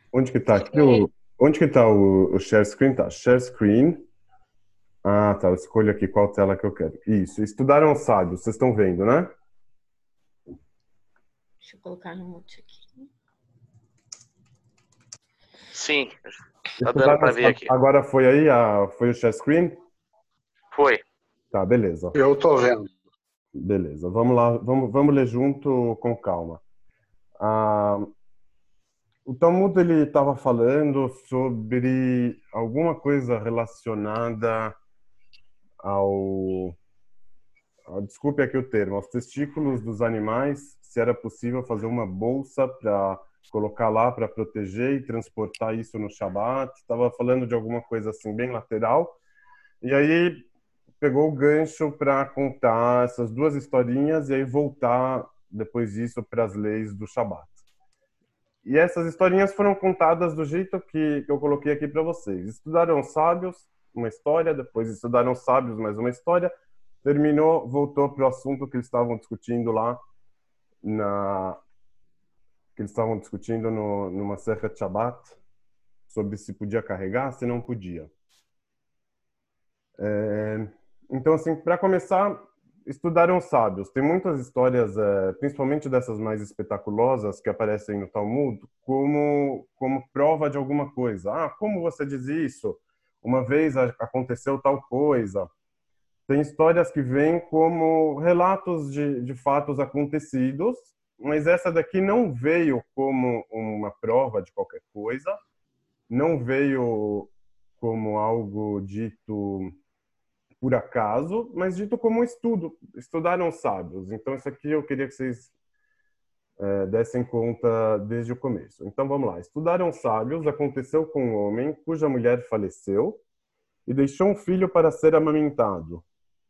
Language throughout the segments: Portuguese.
Onde que tá aqui É, onde que tá o share screen? Tá, share screen. Ah, tá, eu escolho aqui qual tela que eu quero. Isso, estudaram sábios, vocês estão vendo, né? deixa eu colocar no mute aqui. Sim, tá dando Estudaram pra ver sábios. aqui. Agora foi aí, foi o share screen? Foi. Tá, beleza. Eu tô vendo. Beleza, vamos lá, vamos ler junto com calma. Ah, o Talmud ele estava falando sobre alguma coisa relacionada ao desculpe aqui o termo, aos testículos dos animais, se era possível fazer uma bolsa para colocar lá para proteger e transportar isso no Shabat. Estava falando de alguma coisa assim bem lateral. E aí pegou o gancho para contar essas duas historinhas e aí voltar depois disso para as leis do Shabat. E essas historinhas foram contadas do jeito que eu coloquei aqui para vocês. Estudaram sábios, uma história, depois estudaram sábios, mais uma história, terminou, voltou para o assunto que eles estavam discutindo lá na que eles estavam discutindo no numa Masechet Shabbat sobre se podia carregar, se não podia. Então assim, para começar, estudaram sábios. Tem muitas histórias, principalmente dessas mais espetaculosas que aparecem no Talmud, como prova de alguma coisa. Ah, como você diz isso? Uma vez aconteceu tal coisa. Tem histórias que vêm como relatos de fatos acontecidos, mas essa daqui não veio como uma prova de qualquer coisa, não veio como algo dito por acaso, mas dito como um estudo. Estudaram sábios. Então, isso aqui eu queria que vocês dessem conta desde o começo. Então, vamos lá. Estudaram sábios, aconteceu com um homem cuja mulher faleceu e deixou um filho para ser amamentado.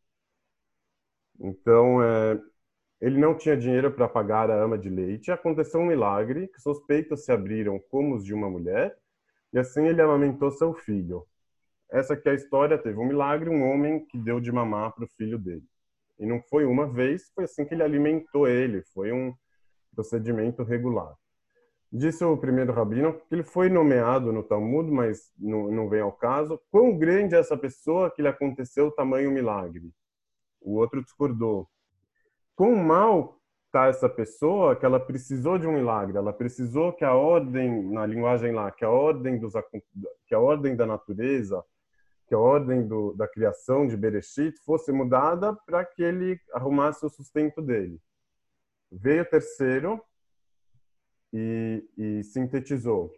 Então, ele não tinha dinheiro para pagar a ama de leite. Aconteceu um milagre, que seus peitos se abriram como os de uma mulher, e assim ele amamentou seu filho. Essa aqui é a história, teve um milagre, um homem que deu de mamar para o filho dele. E não foi uma vez, foi assim que ele alimentou ele, foi um procedimento regular. Disse o primeiro rabino que ele foi nomeado no Talmud, mas não vem ao caso. Quão grande é essa pessoa que lhe aconteceu tamanho milagre? O outro discordou. Quão mal está essa pessoa que ela precisou de um milagre? Ela precisou que a ordem, na linguagem lá, que a ordem da natureza, que a ordem da criação de Bereshit fosse mudada para que ele arrumasse o sustento dele. Veio o terceiro e sintetizou.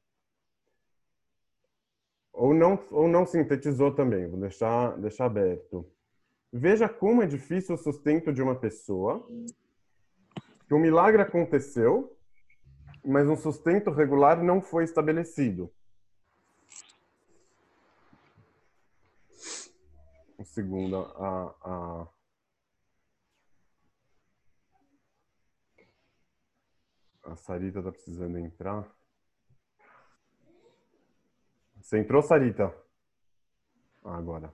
Ou não sintetizou também, vou deixar aberto. Veja como é difícil o sustento de uma pessoa, que um milagre aconteceu, mas um sustento regular não foi estabelecido. Um segundo, a Sarita está precisando entrar. Você entrou, Sarita? Ah, agora.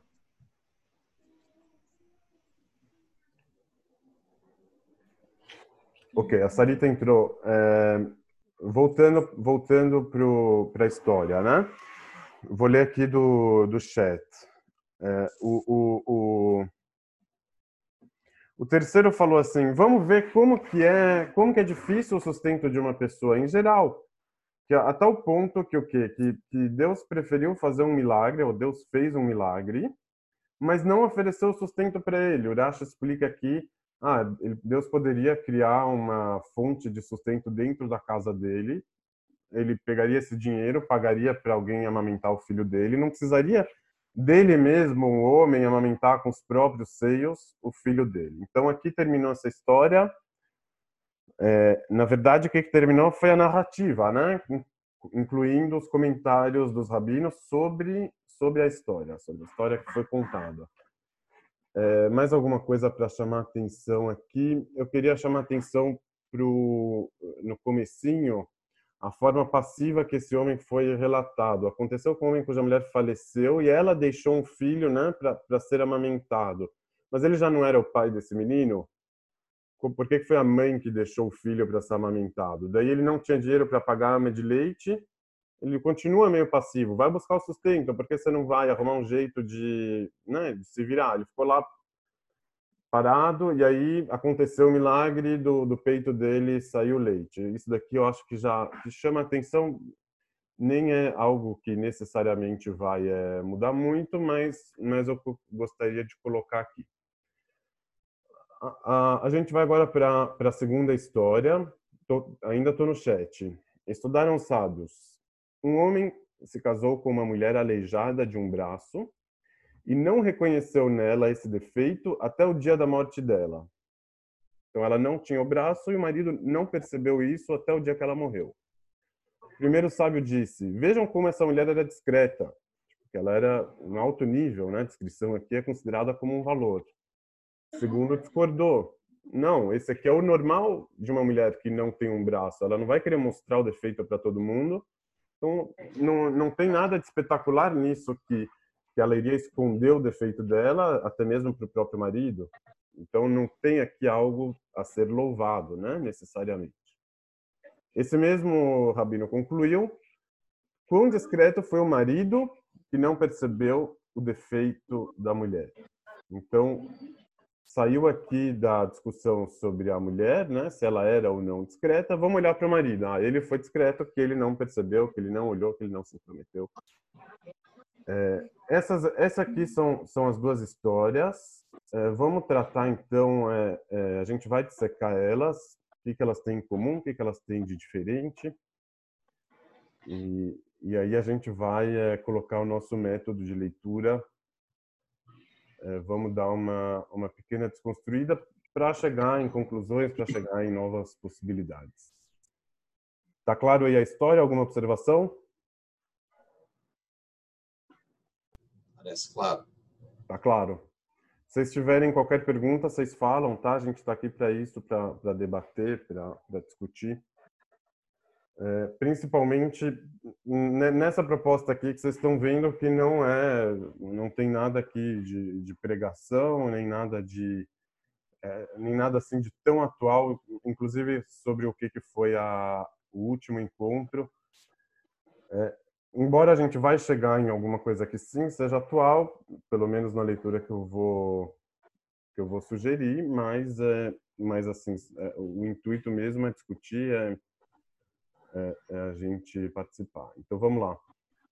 Ok, a Sarita entrou. Voltando para a história, né? Vou ler aqui do chat. É, o terceiro falou assim: vamos ver como que é difícil o sustento de uma pessoa em geral, que a tal ponto que o quê? Que Deus preferiu fazer um milagre, ou Deus fez um milagre, mas não ofereceu sustento para ele. O Urash explica aqui, Deus poderia criar uma fonte de sustento dentro da casa dele, ele pegaria esse dinheiro, pagaria para alguém amamentar o filho dele, não precisaria dele mesmo, um homem, amamentar com os próprios seios o filho dele. Então aqui terminou essa história. Na verdade, o que terminou foi a narrativa, né? Incluindo os comentários dos rabinos sobre a história que foi contada. Mais alguma coisa para chamar atenção aqui? Eu queria chamar atenção no comecinho, a forma passiva que esse homem foi relatado. Aconteceu com um homem cuja mulher faleceu e ela deixou um filho, né, para ser amamentado. Mas ele já não era o pai desse menino? Por que foi a mãe que deixou o filho para ser amamentado? Daí ele não tinha dinheiro para pagar a ama de leite ele continua meio passivo. Vai buscar o sustento, porque você não vai arrumar um jeito de, né, de se virar. Ele ficou lá parado e aí aconteceu o milagre do peito dele saiu leite. Isso daqui eu acho que já que chama atenção, nem é algo que necessariamente vai mudar muito, mas eu gostaria de colocar aqui. A gente vai agora para a segunda história. Ainda estou no chat. Estudaram sábios. Um homem se casou com uma mulher aleijada de um braço e não reconheceu nela esse defeito até o dia da morte dela. Então ela não tinha o braço e o marido não percebeu isso até o dia que ela morreu. O primeiro sábio disse: vejam como essa mulher era discreta, porque ela era um alto nível, né? A descrição aqui é considerada como um valor. O segundo discordou. Não, esse aqui é o normal de uma mulher que não tem um braço. Ela não vai querer mostrar o defeito para todo mundo. Então, não tem nada de espetacular nisso que ela iria esconder o defeito dela, até mesmo para o próprio marido. Então, não tem aqui algo a ser louvado, né, necessariamente. Esse mesmo rabino concluiu: quão discreto foi o marido que não percebeu o defeito da mulher. Então, saiu aqui da discussão sobre a mulher, né, se ela era ou não discreta. Vamos olhar para o marido. Ele foi discreto, que ele não percebeu, que ele não olhou, que ele não se intrometeu. Essa aqui são as duas histórias. Vamos tratar, então, a gente vai dissecar elas, o que elas têm em comum, o que elas têm de diferente. E aí a gente vai colocar o nosso método de leitura. Vamos dar uma pequena desconstruída para chegar em conclusões, para chegar em novas possibilidades. Tá claro aí a história? Alguma observação? Parece claro. Tá claro. Se vocês tiverem qualquer pergunta, vocês falam, tá? A gente está aqui para isso, para debater, para discutir. Principalmente nessa proposta aqui que vocês estão vendo que não tem nada aqui de pregação, nem nada assim de tão atual, inclusive sobre o que foi o último encontro. Embora a gente vai chegar em alguma coisa que sim seja atual, pelo menos na leitura que eu vou sugerir, mas assim, o intuito mesmo é discutir, a gente participar. Então vamos lá.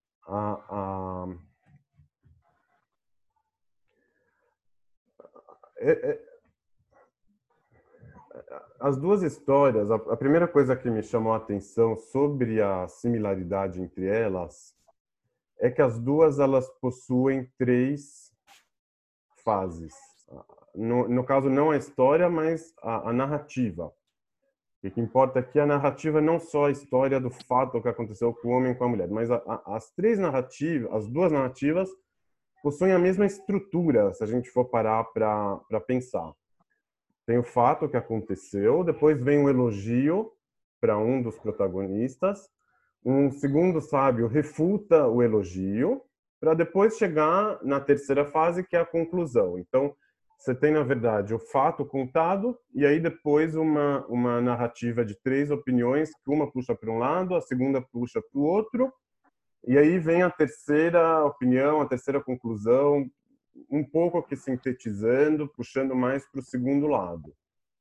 As duas histórias, a primeira coisa que me chamou a atenção sobre a similaridade entre elas é que as duas elas possuem 3 fases. No caso, não a história, mas a narrativa. O que importa aqui é a narrativa, não só a história do fato que aconteceu com o homem e com a mulher, mas as 3 narrativas, as duas narrativas, possuem a mesma estrutura, se a gente for parar para pensar. Tem o fato que aconteceu, depois vem um elogio para um dos protagonistas, um segundo sábio refuta o elogio, para depois chegar na terceira fase, que é a conclusão. Então, você tem, na verdade, o fato contado e aí depois uma narrativa de 3 opiniões, que uma puxa para um lado, a segunda puxa para o outro, e aí vem a terceira opinião, a terceira conclusão, um pouco aqui sintetizando, puxando mais para o segundo lado.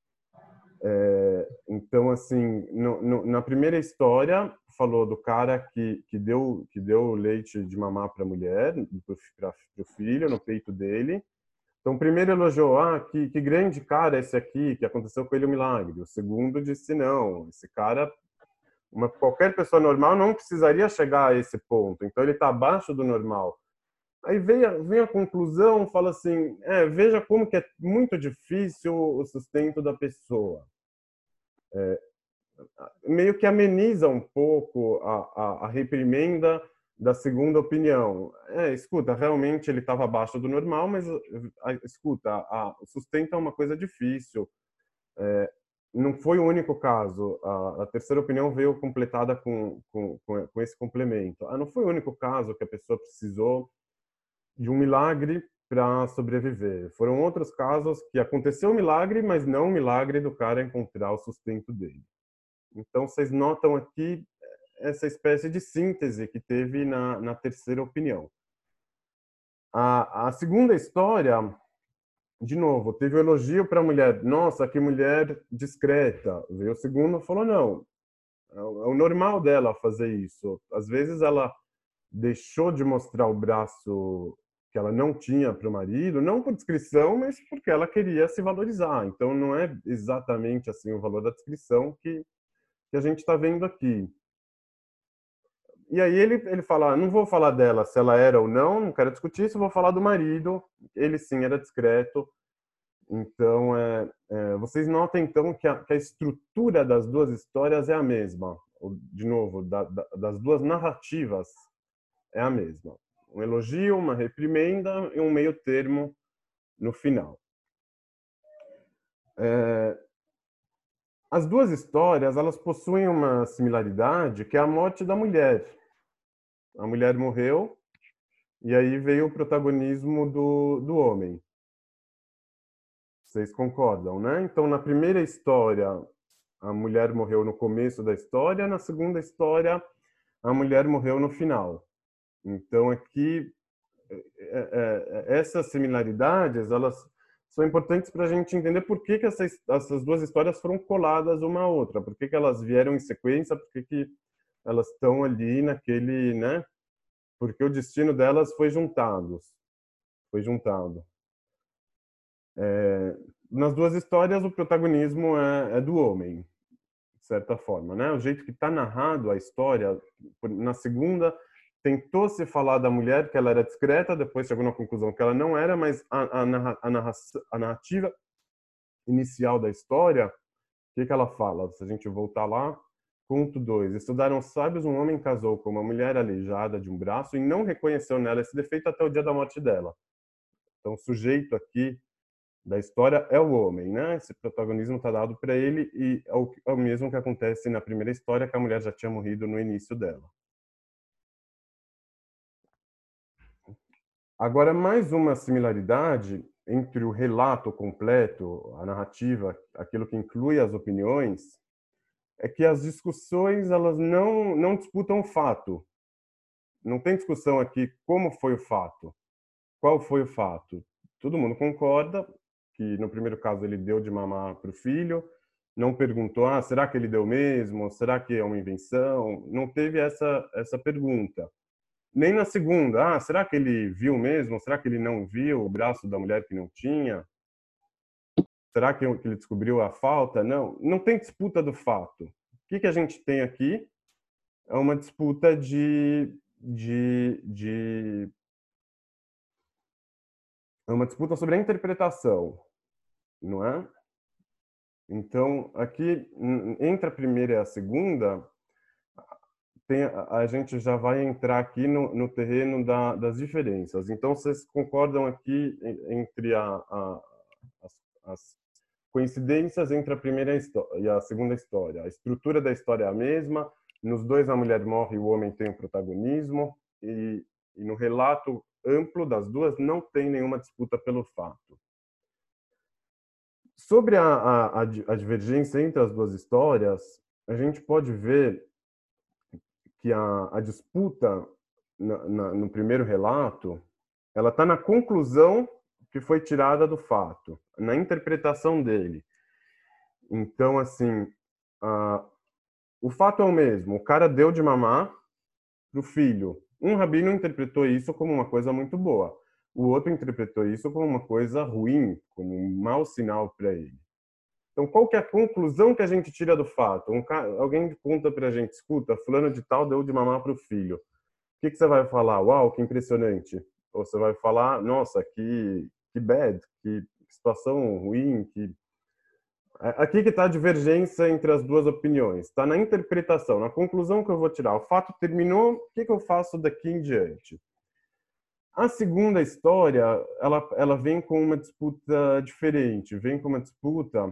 Então, assim, na primeira história, falou do cara que deu leite de mamar para a mulher, para o filho, no peito dele. Então, o primeiro elogiou: que grande cara esse aqui, que aconteceu com ele um milagre. O segundo disse: não, esse cara, qualquer pessoa normal não precisaria chegar a esse ponto, então ele está abaixo do normal. Aí vem a conclusão, fala assim: veja como que é muito difícil o sustento da pessoa. Meio que ameniza um pouco a reprimenda da segunda opinião. Escuta, realmente ele estava abaixo do normal, mas escuta, o sustento é uma coisa difícil. Não foi o único caso. A terceira opinião veio completada com esse complemento. Não foi o único caso que a pessoa precisou de um milagre para sobreviver. Foram outros casos que aconteceu um milagre, mas não o milagre do cara encontrar o sustento dele. Então, vocês notam aqui essa espécie de síntese que teve na terceira opinião. A segunda história, de novo, teve o elogio para a mulher. Nossa, que mulher discreta. Veio o segundo e falou, não, é o normal dela fazer isso. Às vezes ela deixou de mostrar o braço que ela não tinha para o marido, não por descrição, mas porque ela queria se valorizar. Então não é exatamente assim o valor da descrição que a gente está vendo aqui. E aí ele fala, não vou falar dela se ela era ou não quero discutir isso, vou falar do marido. Ele sim era discreto. Então, vocês notam então que a estrutura das duas histórias é a mesma. De novo, das duas narrativas é a mesma. Um elogio, uma reprimenda e um meio termo no final. As duas histórias, elas possuem uma similaridade, que é a morte da mulher. A mulher morreu e aí veio o protagonismo do homem. Vocês concordam, né? Então, na primeira história, a mulher morreu no começo da história, na segunda história, a mulher morreu no final. Então, aqui, essas similaridades, elas são importantes para a gente entender por que essas duas histórias foram coladas uma à outra, por que elas vieram em sequência, por que elas estão ali naquele, né? Porque o destino delas foi juntado. Nas duas histórias, o protagonismo é do homem, de certa forma, né? O jeito que está narrado a história, na segunda, tentou se falar da mulher, que ela era discreta, depois chegou na conclusão que ela não era, mas a narrativa inicial da história, o que ela fala? Se a gente voltar lá, ponto 2. Estudaram sábios, um homem casou com uma mulher aleijada de um braço e não reconheceu nela esse defeito até o dia da morte dela. Então, o sujeito aqui da história é o homem, né? Esse protagonismo está dado para ele e é o mesmo que acontece na primeira história, que a mulher já tinha morrido no início dela. Agora, mais uma similaridade entre o relato completo, a narrativa, aquilo que inclui as opiniões, é que as discussões elas não disputam o fato. Não tem discussão aqui como foi o fato, qual foi o fato. Todo mundo concorda que no primeiro caso ele deu de mamar para o filho, não perguntou, será que ele deu mesmo? Será que é uma invenção? Não teve essa pergunta. Nem na segunda, será que ele viu mesmo? Será que ele não viu o braço da mulher que não tinha? Será que ele descobriu a falta? Não tem disputa do fato. O que a gente tem aqui é uma disputa é uma disputa sobre a interpretação, não é? Então, aqui, entre a primeira e a segunda, a gente já vai entrar aqui no terreno das diferenças. Então, vocês concordam aqui entre as coincidências entre a primeira e a segunda história. A estrutura da história é a mesma, nos dois a mulher morre e o homem tem o protagonismo, e no relato amplo das duas não tem nenhuma disputa pelo fato. Sobre a divergência entre as duas histórias, a gente pode ver que a disputa no primeiro relato, ela está na conclusão que foi tirada do fato, na interpretação dele. Então, assim, o fato é o mesmo. O cara deu de mamar para o filho. Um rabino interpretou isso como uma coisa muito boa. O outro interpretou isso como uma coisa ruim, como um mau sinal para ele. Então, qual que é a conclusão que a gente tira do fato? Alguém conta para a gente, escuta, fulano de tal deu de mamar para o filho. O que você vai falar? Uau, que impressionante. Ou você vai falar, nossa, que bad, que situação ruim, que... Aqui que está a divergência entre as duas opiniões. Está na interpretação, na conclusão que eu vou tirar. O fato terminou, o que eu faço daqui em diante? A segunda história, ela vem com uma disputa diferente. Vem com uma disputa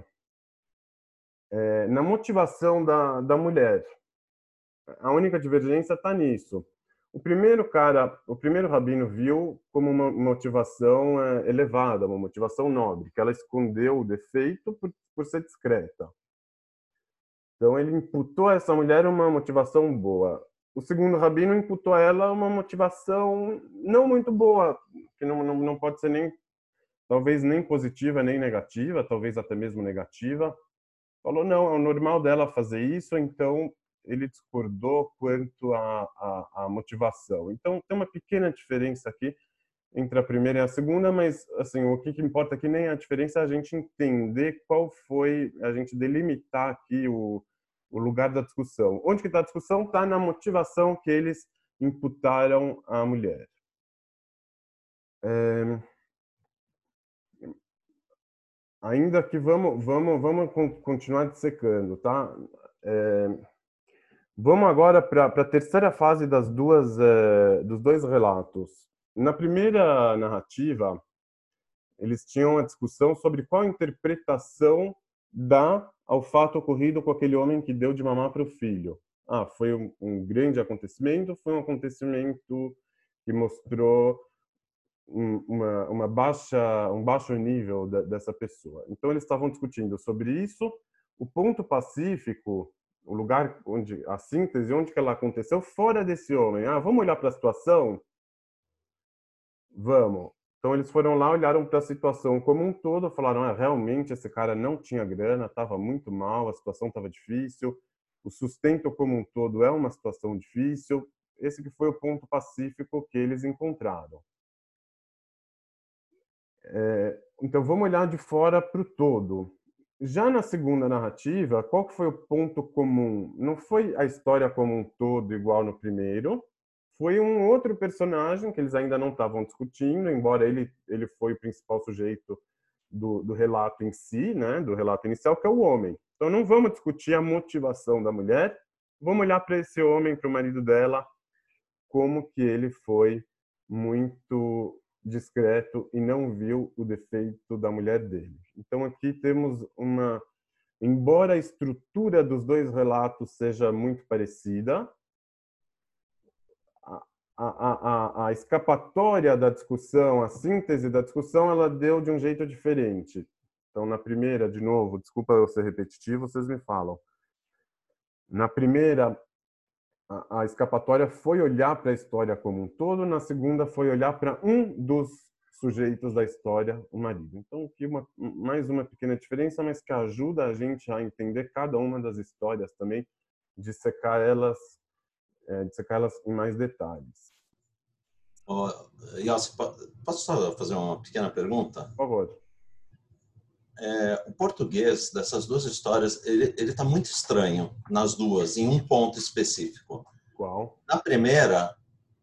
na motivação da mulher. A única divergência está nisso. O primeiro rabino viu como uma motivação elevada, uma motivação nobre, que ela escondeu o defeito por ser discreta. Então ele imputou a essa mulher uma motivação boa. O segundo rabino imputou a ela uma motivação não muito boa, que não pode ser nem, talvez nem positiva nem negativa, talvez até mesmo negativa. Falou, não, é o normal dela fazer isso, então ele discordou quanto à motivação. Então tem uma pequena diferença aqui entre a primeira e a segunda, mas assim, o que importa aqui nem a diferença é a gente entender qual foi, a gente delimitar aqui o lugar da discussão. Onde que está a discussão? Está na motivação que eles imputaram à mulher. Ainda que vamos continuar dissecando, tá? Vamos agora para a terceira fase dos dois relatos. Na primeira narrativa, eles tinham a discussão sobre qual interpretação dá ao fato ocorrido com aquele homem que deu de mamar para o filho. Foi um grande acontecimento, foi um acontecimento que mostrou um baixo nível dessa pessoa. Então eles estavam discutindo sobre isso. O ponto pacífico, o lugar onde a síntese, onde que ela aconteceu, fora desse homem. Vamos olhar para a situação? Vamos. Então eles foram lá, olharam para a situação como um todo, falaram: realmente esse cara não tinha grana, estava muito mal, a situação estava difícil, o sustento como um todo é uma situação difícil. Esse que foi o ponto pacífico que eles encontraram. Então vamos olhar de fora para o todo. Já na segunda narrativa, qual que foi o ponto comum? Não foi a história como um todo igual no primeiro, foi um outro personagem que eles ainda não estavam discutindo, embora ele foi o principal sujeito do relato em si, né, do relato inicial, que é o homem. Então não vamos discutir a motivação da mulher, vamos olhar para esse homem, para o marido dela, como que ele foi muito discreto e não viu o defeito da mulher dele. Então aqui temos embora a estrutura dos dois relatos seja muito parecida, a escapatória da discussão, a síntese da discussão, ela deu de um jeito diferente. Então na primeira, de novo, desculpa eu ser repetitivo, vocês me falam. Na primeira, a escapatória foi olhar para a história como um todo, na segunda foi olhar para um dos sujeitos da história, o marido. Então, aqui mais uma pequena diferença, mas que ajuda a gente a entender cada uma das histórias também, dissecar elas em mais detalhes. Yossi, posso só fazer uma pequena pergunta? Por favor. O português dessas duas histórias, ele está muito estranho nas duas, em um ponto específico. Qual? Na primeira,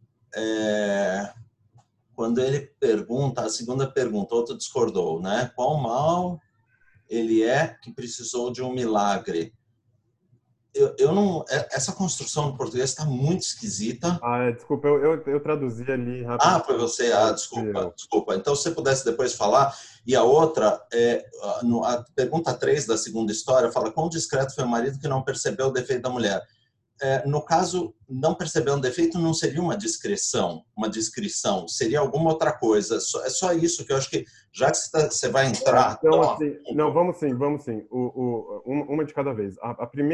quando ele pergunta, a segunda pergunta, outro discordou, né? Qual mal ele é que precisou de um milagre? Eu não, essa construção do português está muito esquisita. Desculpa, eu traduzi ali rápido. Foi você. Desculpa. Então, se você pudesse depois falar. E a outra, a pergunta 3 da segunda história, fala: quão discreto foi o marido que não percebeu o defeito da mulher? No caso, não perceber um defeito não seria uma descrição, seria alguma outra coisa. É só isso que eu acho que, já que você vai entrar... Então, assim, não, vamos sim. Uma de cada vez.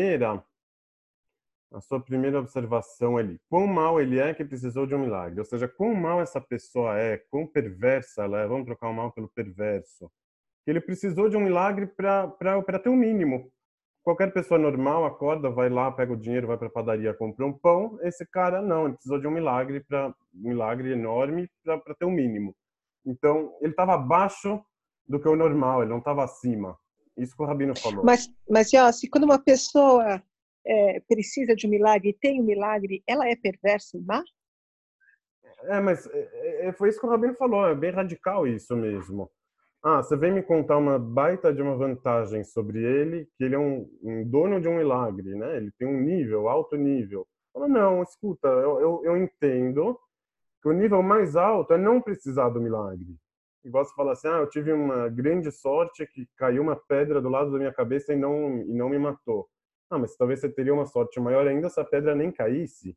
A sua primeira observação ali. Quão mal ele é que precisou de um milagre? Ou seja, quão mal essa pessoa é, quão perversa ela é, vamos trocar o mal pelo perverso. Que ele precisou de um milagre para ter um mínimo. Qualquer pessoa normal acorda, vai lá, pega o dinheiro, vai para a padaria, compra um pão. Esse cara não, ele precisou de um milagre enorme para ter um mínimo. Então, ele estava abaixo do que o normal, ele não estava acima. Isso que o Rabino falou. Mas Yossi, quando uma pessoa precisa de um milagre e tem um milagre, ela é perversa e má? Mas foi isso que o Rabino falou, é bem radical isso mesmo. Você vem me contar uma baita de uma vantagem sobre ele, que ele é um dono de um milagre, né? Ele tem um nível, alto nível. Fala, não, escuta, eu entendo que o nível mais alto é não precisar do milagre. Igual você fala assim, eu tive uma grande sorte que caiu uma pedra do lado da minha cabeça e não me matou. Mas talvez você teria uma sorte maior ainda se a pedra nem caísse.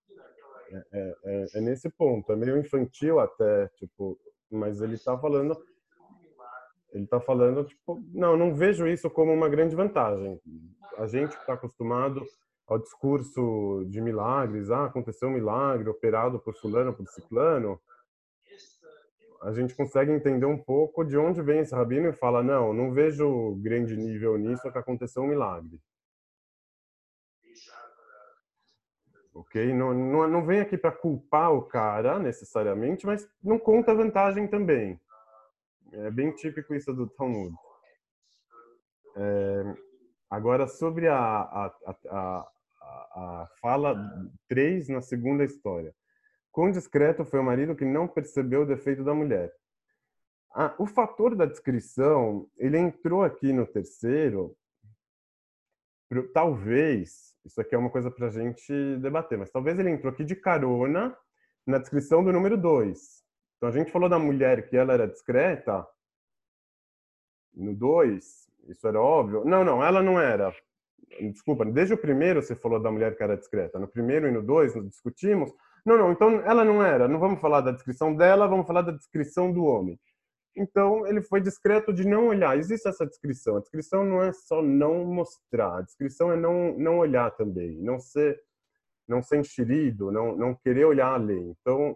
É nesse ponto, é meio infantil até, tipo, mas ele está falando, tipo, não vejo isso como uma grande vantagem. a gente que está acostumado ao discurso de milagres, aconteceu um milagre operado por fulano, por ciclano, a gente consegue entender um pouco de onde vem esse rabino e fala, não vejo grande nível nisso, que aconteceu um milagre. Ok? Não vem aqui para culpar o cara, necessariamente, mas não conta vantagem também. É bem típico isso do Talmud. Agora, sobre a fala 3 na segunda história. Quão discreto foi o marido que não percebeu o defeito da mulher? O fator da descrição, ele entrou aqui no terceiro, talvez, isso aqui é uma coisa para a gente debater, mas talvez ele entrou aqui de carona na descrição do número 2. Então, a gente falou da mulher que ela era discreta, no 2, isso era óbvio. Não, ela não era. Desculpa, desde o primeiro você falou da mulher que era discreta. No primeiro e no 2 nós discutimos. Não, então ela não era. Não vamos falar da descrição dela, vamos falar da descrição do homem. Então ele foi discreto de não olhar. Existe essa descrição. A descrição não é só não mostrar. A descrição é não olhar também. Não ser enxerido, não querer olhar além. Então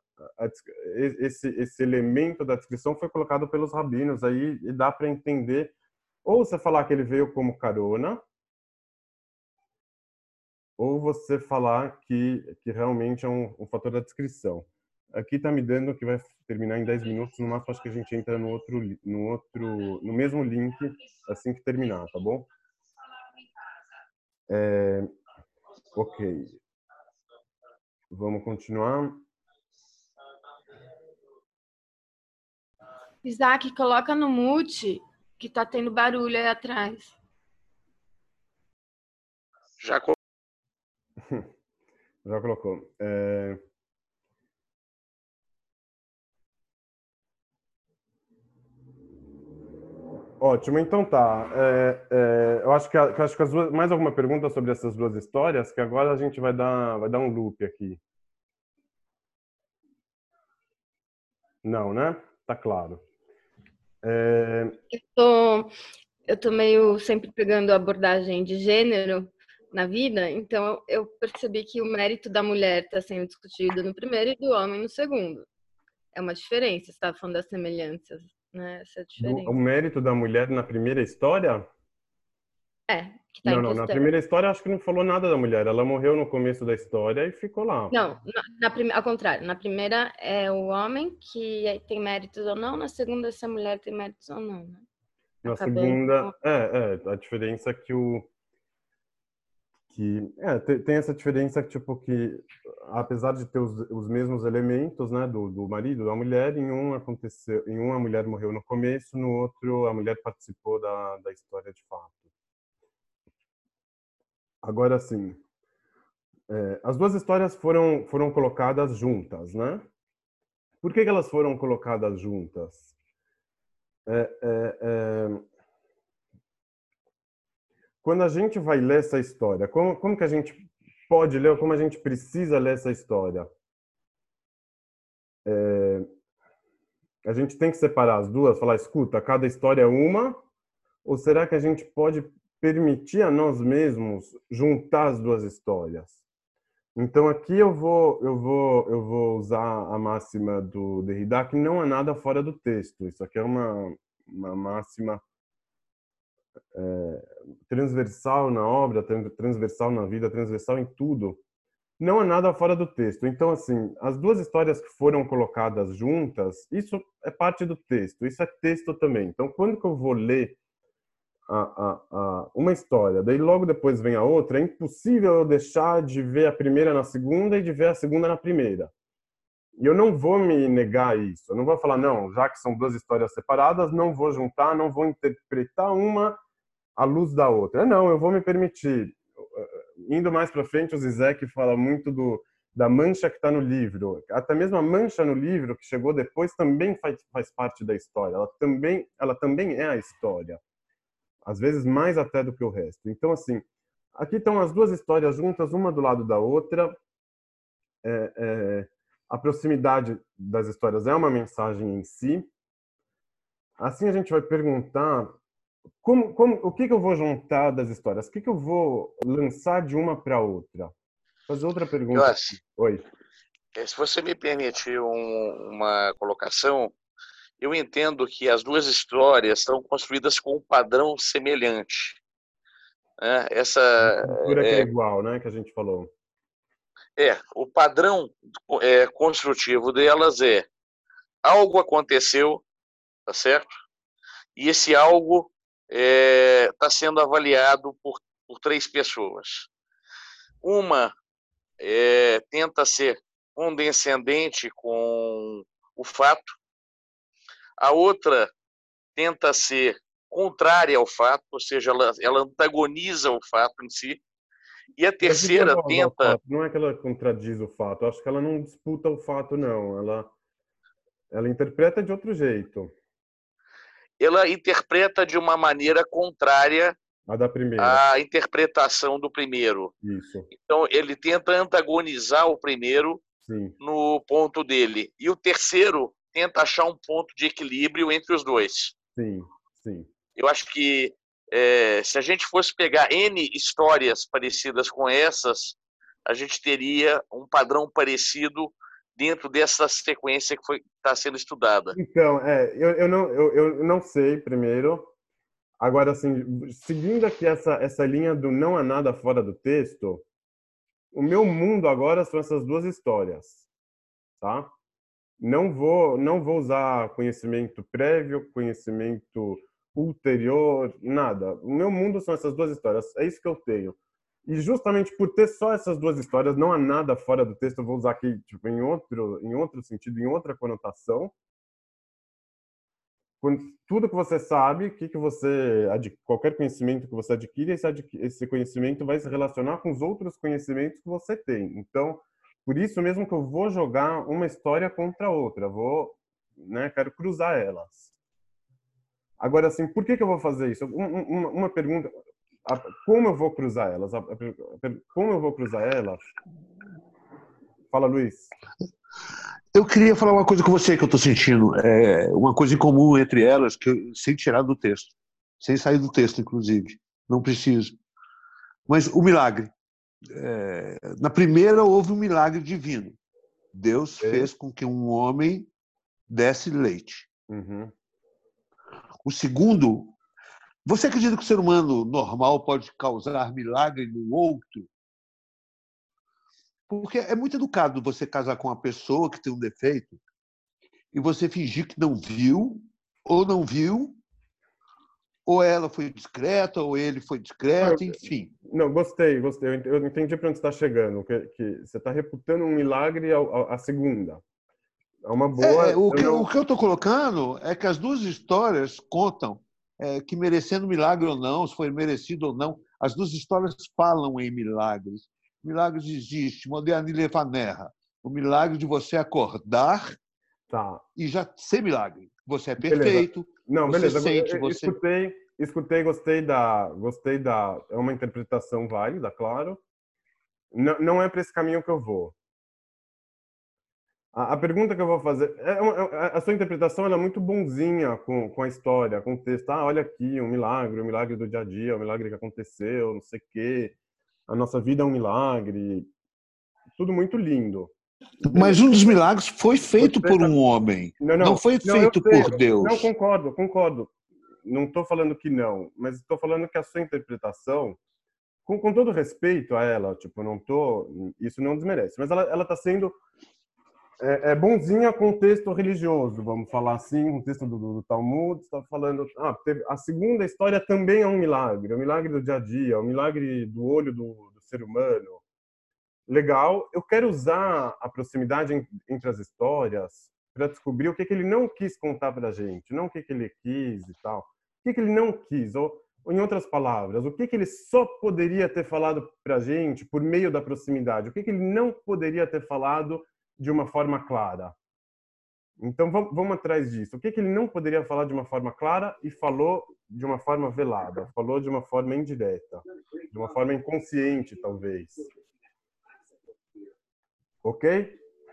esse elemento da descrição foi colocado pelos rabinos aí e dá para entender. Ou você falar que ele veio como carona, ou você falar que realmente é um fator da descrição. Aqui está me dando que vai terminar em 10 minutos, no máximo acho que a gente entra no mesmo link assim que terminar, tá bom? Ok. Vamos continuar. Isaac, coloca no mute, que tá tendo barulho aí atrás. Já Já colocou. Ótimo, então tá. Eu acho que as duas, mais alguma pergunta sobre essas duas histórias, que agora a gente vai dar um loop aqui. Não, né? Tá claro. Eu tô meio sempre pegando a abordagem de gênero na vida, então eu percebi que o mérito da mulher está sendo discutido no primeiro e do homem no segundo. É uma diferença, você estava falando das semelhanças, né? Essa diferença. O mérito da mulher na primeira história? Que tá em Não, questão. na primeira história acho que não falou nada da mulher. Ela morreu no começo da história e ficou lá. Não, ao contrário. Na primeira é o homem que tem méritos ou não, na segunda se a mulher tem méritos ou não, né? Na segunda, a diferença é que tem essa diferença tipo que apesar de ter os mesmos elementos, né, do marido, da mulher, em um a mulher morreu no começo, no outro a mulher participou da história de fato. Agora sim, as duas histórias foram colocadas juntas, né? Por que elas foram colocadas juntas? Quando a gente vai ler essa história, como que a gente pode ler ou como a gente precisa ler essa história? A gente tem que separar as duas, falar, escuta, cada história é uma, ou será que a gente pode permitir a nós mesmos juntar as duas histórias? Então aqui eu vou usar a máxima do Derrida, que não há nada fora do texto. Isso aqui é uma máxima transversal na obra, transversal na vida, transversal em tudo. Não há nada fora do texto. Então, assim, as duas histórias que foram colocadas juntas, isso é parte do texto, isso é texto também. Então, quando que eu vou ler uma história, daí logo depois vem a outra, é impossível eu deixar de ver a primeira na segunda e de ver a segunda na primeira. E eu não vou me negar isso. Eu não vou falar, não, já que são duas histórias separadas, não vou juntar, não vou interpretar uma à luz da outra. Não, eu vou me permitir. Indo mais para frente, o Zizek fala muito da mancha que está no livro. Até mesmo a mancha no livro, que chegou depois, também faz parte da história. Ela também é a história. Às vezes mais até do que o resto. Então, assim, aqui estão as duas histórias juntas, uma do lado da outra. A proximidade das histórias é uma mensagem em si. Assim a gente vai perguntar o que eu vou juntar das histórias? O que eu vou lançar de uma para outra? Fazer outra pergunta. Yossi, Oi. se você me permitir uma colocação, eu entendo que as duas histórias estão construídas com um padrão semelhante. Né? A cultura que é igual, né, que a gente falou. O padrão construtivo delas é: algo aconteceu, tá certo? E esse algo está sendo avaliado por três pessoas. Uma tenta ser condescendente com o fato, a outra tenta ser contrária ao fato, ou seja, ela antagoniza o fato em si, e a terceira tenta... Não é que ela contradiz o fato, eu acho que ela não disputa o fato, não. Ela interpreta de outro jeito. Ela interpreta de uma maneira contrária a da primeira. À interpretação do primeiro. Isso. Então, ele tenta antagonizar o primeiro Sim. no ponto dele. E o terceiro tenta achar um ponto de equilíbrio entre os dois. Sim, sim. Eu acho que se a gente fosse pegar N histórias parecidas com essas, a gente teria um padrão parecido dentro dessa sequência que está sendo estudada. Então, eu não sei, primeiro. Agora, assim, seguindo aqui essa linha do não há nada fora do texto, o meu mundo agora são essas duas histórias, tá? Não vou usar conhecimento prévio, conhecimento ulterior, nada. O meu mundo são essas duas histórias, é isso que eu tenho. E justamente por ter só essas duas histórias, não há nada fora do texto, eu vou usar aqui tipo, em outro sentido, em outra conotação. Tudo que você sabe, qualquer conhecimento que você adquire, esse conhecimento vai se relacionar com os outros conhecimentos que você tem. Então, por isso mesmo que eu vou jogar uma história contra a outra, quero cruzar elas. Agora, assim, por que eu vou fazer isso? Uma pergunta, como eu vou cruzar elas? Como eu vou cruzar elas? Fala, Luiz. Eu queria falar uma coisa com você que eu estou sentindo, uma coisa em comum entre elas, sem tirar do texto, sem sair do texto, inclusive, não preciso. Mas o milagre. Na primeira houve um milagre divino. Deus fez com que um homem desse leite. Uhum. O segundo, você acredita que o ser humano normal pode causar milagre no outro? Porque é muito educado você casar com uma pessoa que tem um defeito e você fingir que não viu, ou ela foi discreta, ou ele foi discreto, enfim. Não, gostei. Eu entendi para onde você está chegando, que você está reputando um milagre à segunda. É uma boa... O que eu estou colocando é que as duas histórias contam que merecendo milagre ou não, se foi merecido ou não, as duas histórias falam em milagres. Milagres existem, Moderne Levanerra. O milagre de você acordar e já ser milagre. Você é perfeito. Beleza. Não, você beleza. Sente, Escutei, gostei da... É uma interpretação válida, claro. Não é para esse caminho que eu vou. A pergunta que eu vou fazer... A sua interpretação é muito bonzinha com a história, com o texto. Olha aqui, um milagre do dia a dia, um milagre que aconteceu, não sei o quê. A nossa vida é um milagre. Tudo muito lindo. Mas um dos milagres foi feito por um homem. Não foi feito por Deus. Não, concordo. Não estou falando que não, mas estou falando que a sua interpretação, com todo respeito a ela, isso não desmerece, mas ela está sendo bonzinha com o texto religioso, vamos falar assim, o texto do Talmud, está falando, a segunda história também é um milagre, o milagre do dia a dia, o milagre do olho do ser humano. Legal, eu quero usar a proximidade entre as histórias para descobrir o que ele não quis contar para a gente, não o que ele quis e tal. O que ele não quis, ou em outras palavras, o que ele só poderia ter falado para a gente por meio da proximidade, o que ele não poderia ter falado de uma forma clara. Então, vamos atrás disso. O que ele não poderia falar de uma forma clara e falou de uma forma velada, falou de uma forma indireta, de uma forma inconsciente, talvez. Ok?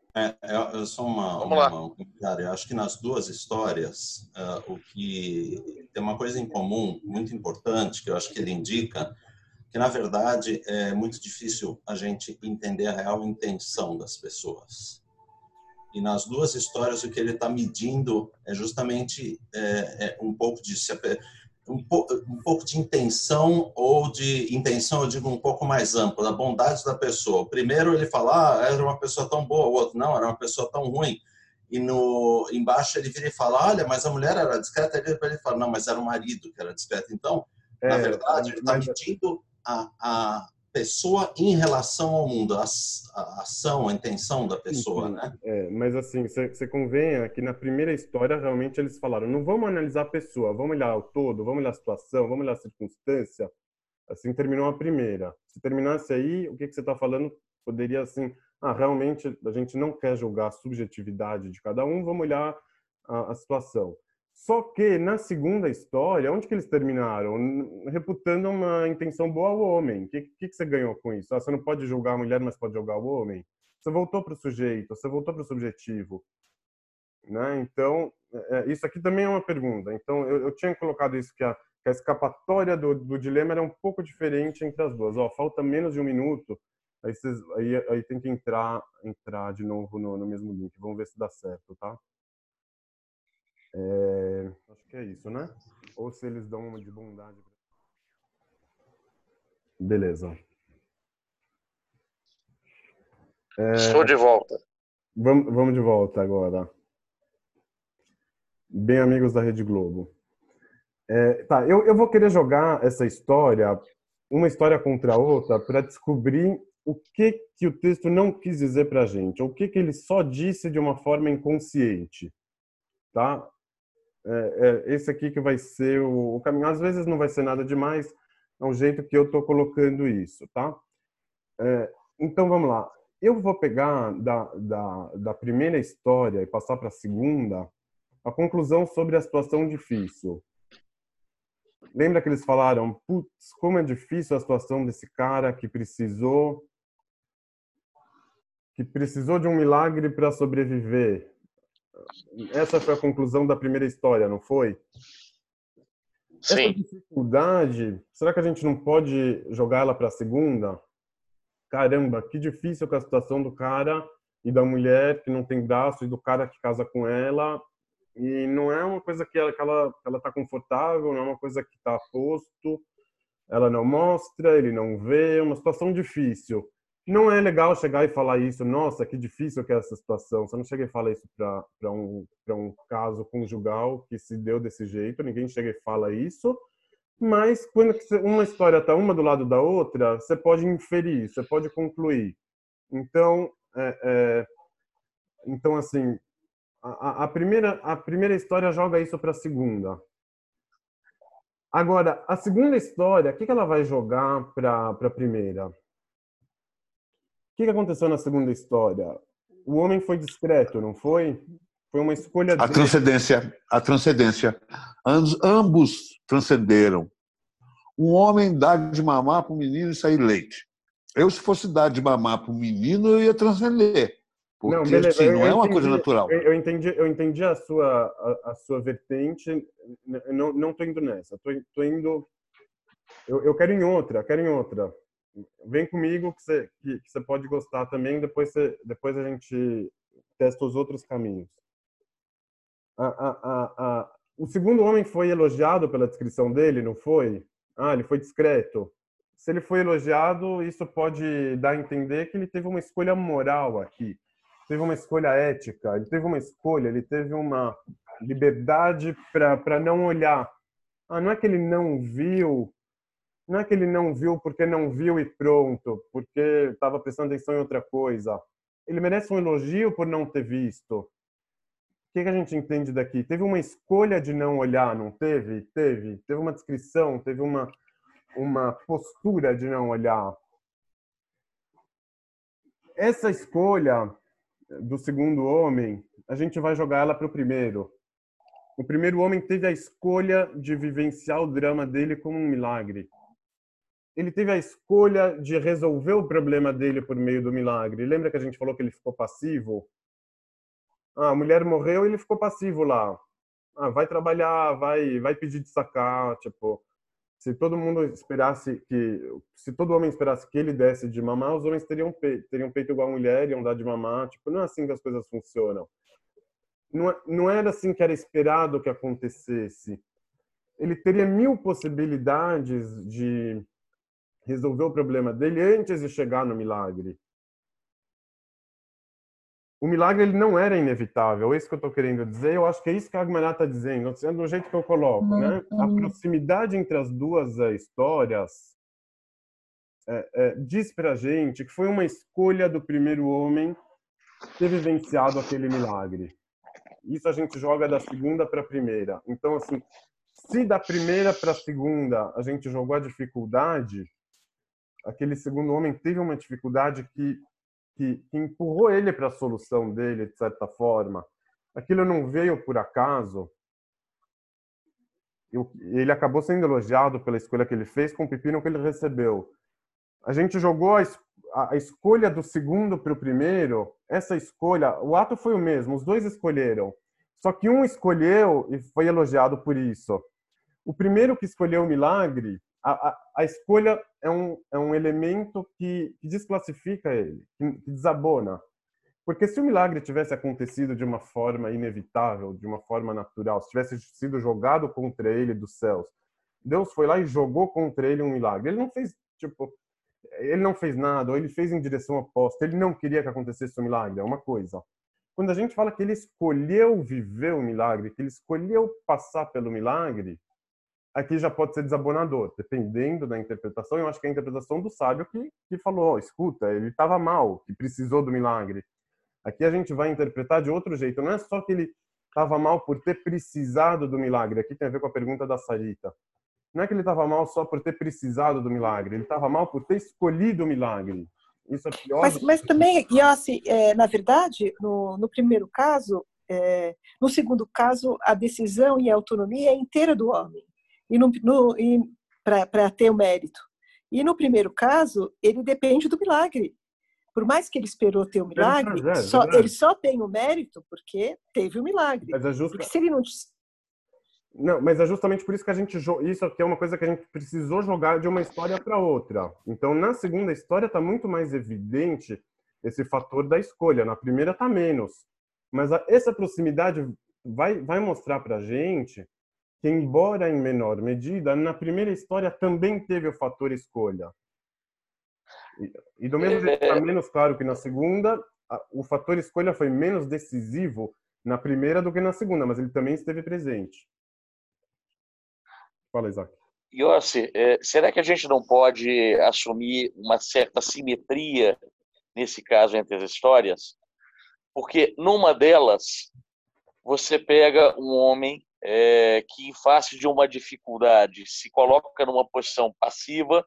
Eu sou um comentário. Eu acho que nas duas histórias, o que tem uma coisa em comum muito importante que eu acho que ele indica, que na verdade é muito difícil a gente entender a real intenção das pessoas. E nas duas histórias o que ele está medindo é justamente um pouco de um pouco de intenção, ou de intenção, eu digo um pouco mais ampla, da bondade da pessoa. O primeiro ele fala, era uma pessoa tão boa, o outro, não, era uma pessoa tão ruim. E embaixo ele vira e fala, olha, mas a mulher era discreta. Ele fala, não, mas era o marido que era discreto. Então, na verdade, ele está medindo a pessoa em relação ao mundo, a ação, a intenção da pessoa, né? Mas assim, você convenha que na primeira história realmente eles falaram, não vamos analisar a pessoa, vamos olhar o todo, vamos olhar a situação, vamos olhar a circunstância. Assim terminou a primeira. Se terminasse aí, o que você está falando poderia assim, realmente a gente não quer julgar a subjetividade de cada um, vamos olhar a situação. Só que na segunda história, onde que eles terminaram? Reputando uma intenção boa ao homem. O que você ganhou com isso? Você não pode julgar a mulher, mas pode julgar o homem? Você voltou para o sujeito, você voltou para o subjetivo. Né? Então, isso aqui também é uma pergunta. Então, eu tinha colocado isso, que a escapatória do dilema era um pouco diferente entre as duas. Falta menos de um minuto, aí tem que entrar de novo no mesmo link. Vamos ver se dá certo, tá? Acho que é isso, né? Ou se eles dão uma de bondade. Beleza. Estou de volta. Vamos de volta agora. Bem, amigos da Rede Globo. Tá, eu vou querer jogar essa história, uma história contra a outra, para descobrir o que o texto não quis dizer para a gente, ou o que ele só disse de uma forma inconsciente, tá? Esse aqui que vai ser o caminho. Às vezes não vai ser nada demais, é um jeito que eu estou colocando isso, tá? Então vamos lá. Eu vou pegar da primeira história e passar para a segunda a conclusão sobre a situação difícil. Lembra que eles falaram, putz, como é difícil a situação desse cara que precisou de um milagre para sobreviver. Essa foi a conclusão da primeira história, não foi? Sim. Essa dificuldade, será que a gente não pode jogar ela para a segunda? Caramba, que difícil com a situação do cara e da mulher que não tem braço e do cara que casa com ela. E não é uma coisa que ela tá confortável, não é uma coisa que está posto, ela não mostra, ele não vê, é uma situação difícil. Não é legal chegar e falar isso, nossa, que difícil que é essa situação. Você não chega e fala isso para um caso conjugal que se deu desse jeito, ninguém chega e fala isso. Mas quando uma história está uma do lado da outra, você pode inferir, você pode concluir. Então, então assim, a primeira história joga isso para a segunda. Agora, a segunda história, o que ela vai jogar para a primeira? O que aconteceu na segunda história? O homem foi discreto, não foi? Foi uma escolha dele. A transcendência. Ambos transcenderam. Um homem dá de mamar para o menino e sair leite. Eu, se fosse dar de mamar para o menino, eu ia transcender. Porque não, beleza, assim, não é uma coisa natural. Eu entendi a sua vertente. Não estou indo nessa. Tô indo. Eu quero em outra. Vem comigo que você pode gostar também. Depois a gente testa os outros caminhos. O segundo homem foi elogiado pela descrição dele, não foi? Ele foi discreto. Se ele foi elogiado, isso pode dar a entender que ele teve uma escolha moral aqui. Teve uma escolha ética, ele teve uma liberdade para não olhar. Não é que ele não viu porque não viu e pronto, porque estava prestando atenção em outra coisa. Ele merece um elogio por não ter visto. O que a gente entende daqui? Teve uma escolha de não olhar, não teve? Teve uma descrição, teve uma postura de não olhar. Essa escolha do segundo homem, a gente vai jogar ela para o primeiro. O primeiro homem teve a escolha de vivenciar o drama dele como um milagre. Ele teve a escolha de resolver o problema dele por meio do milagre. Lembra que a gente falou que ele ficou passivo? a mulher morreu e ele ficou passivo lá. Vai trabalhar, vai pedir de sacar, tipo, se todo homem esperasse que ele desse de mamar, os homens teriam peito igual a mulher, iam dar de mamar, tipo, não é assim que as coisas funcionam. Não era assim que era esperado que acontecesse. Ele teria 1000 possibilidades de resolver o problema dele antes de chegar no milagre. O milagre ele não era inevitável, é isso que eu estou querendo dizer. Eu acho que é isso que a Agmará está dizendo, do jeito que eu coloco, né? A proximidade entre as duas histórias diz para a gente que foi uma escolha do primeiro homem ter vivenciado aquele milagre. Isso a gente joga da segunda para a primeira. Então, assim, se da primeira para a segunda a gente jogou a dificuldade, aquele segundo homem teve uma dificuldade que empurrou ele para a solução dele, de certa forma. Aquilo não veio por acaso. Ele acabou sendo elogiado pela escolha que ele fez com o pepino que ele recebeu. A gente jogou a escolha do segundo para o primeiro. Essa escolha, o ato foi o mesmo, os dois escolheram. Só que um escolheu e foi elogiado por isso. O primeiro que escolheu o milagre, a escolha é um elemento que desclassifica ele, que desabona. Porque se o milagre tivesse acontecido de uma forma inevitável, de uma forma natural, se tivesse sido jogado contra ele dos céus, Deus foi lá e jogou contra ele um milagre. Ele não fez nada, ou ele fez em direção oposta. Ele não queria que acontecesse o milagre, é uma coisa. Quando a gente fala que ele escolheu viver o milagre, que ele escolheu passar pelo milagre, aqui já pode ser desabonador, dependendo da interpretação. Eu acho que é a interpretação do sábio que falou, escuta, ele estava mal, que precisou do milagre. Aqui a gente vai interpretar de outro jeito. Não é só que ele estava mal por ter precisado do milagre. Aqui tem a ver com a pergunta da Sarita. Não é que ele estava mal só por ter precisado do milagre. Ele estava mal por ter escolhido o milagre. Isso é pior. Mas também, Yossi, na verdade, no primeiro caso, no segundo caso, a decisão e a autonomia é inteira do homem. Para ter o mérito. E no primeiro caso, ele depende do milagre. Por mais que ele esperou ter o milagre, ele só tem o mérito porque teve o milagre. Porque se ele não, mas é justamente por isso que isso aqui é uma coisa que a gente precisou jogar de uma história para outra. Então, na segunda história está muito mais evidente esse fator da escolha. Na primeira está menos. Mas essa proximidade vai mostrar para a gente que, embora em menor medida, na primeira história também teve o fator escolha. E do mesmo jeito que está menos claro que na segunda, o fator escolha foi menos decisivo na primeira do que na segunda, mas ele também esteve presente. Fala, Isaac. Yossi, será que a gente não pode assumir uma certa simetria nesse caso entre as histórias? Porque numa delas, você pega um homem que, em face de uma dificuldade, se coloca numa posição passiva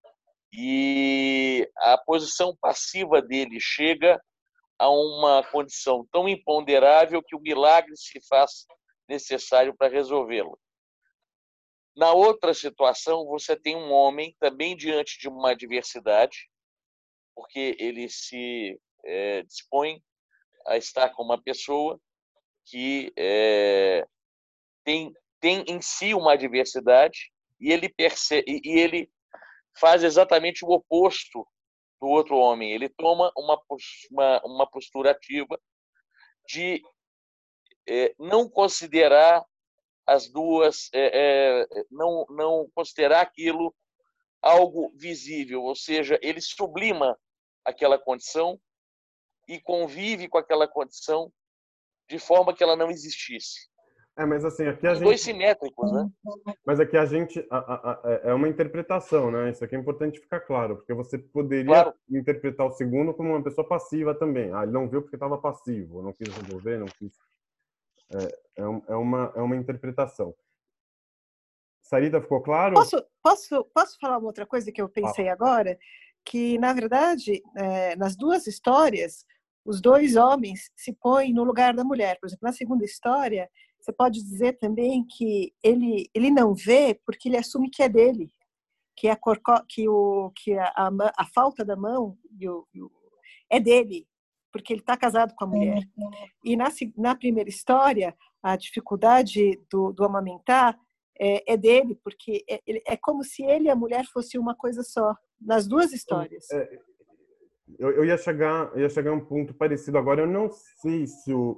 e a posição passiva dele chega a uma condição tão imponderável que o milagre se faz necessário para resolvê-lo. Na outra situação, você tem um homem também diante de uma adversidade, porque ele se dispõe a estar com uma pessoa que tem em si uma adversidade e ele faz exatamente o oposto do outro homem. Ele toma uma postura ativa de não considerar as duas, não considerar aquilo algo visível, ou seja, ele sublima aquela condição e convive com aquela condição de forma que ela não existisse. Mas assim, aqui Os dois simétricos, né? Mas aqui a gente é uma interpretação, né? Isso aqui é importante ficar claro, porque você poderia interpretar o segundo como uma pessoa passiva também. Ele não viu porque estava passivo, não quis resolver, não quis. É uma interpretação. Sarita, ficou claro? Posso falar uma outra coisa que eu pensei agora? Que, na verdade, nas duas histórias, os dois homens se põem no lugar da mulher. Por exemplo, na segunda história, você pode dizer também que ele não vê porque ele assume que é dele, que a falta da mão é dele. porque ele está casado com a mulher. E na primeira história, a dificuldade do amamentar é dele, porque é como se ele e a mulher fossem uma coisa só, nas duas histórias. Eu ia chegar a um ponto parecido agora. Eu não sei se o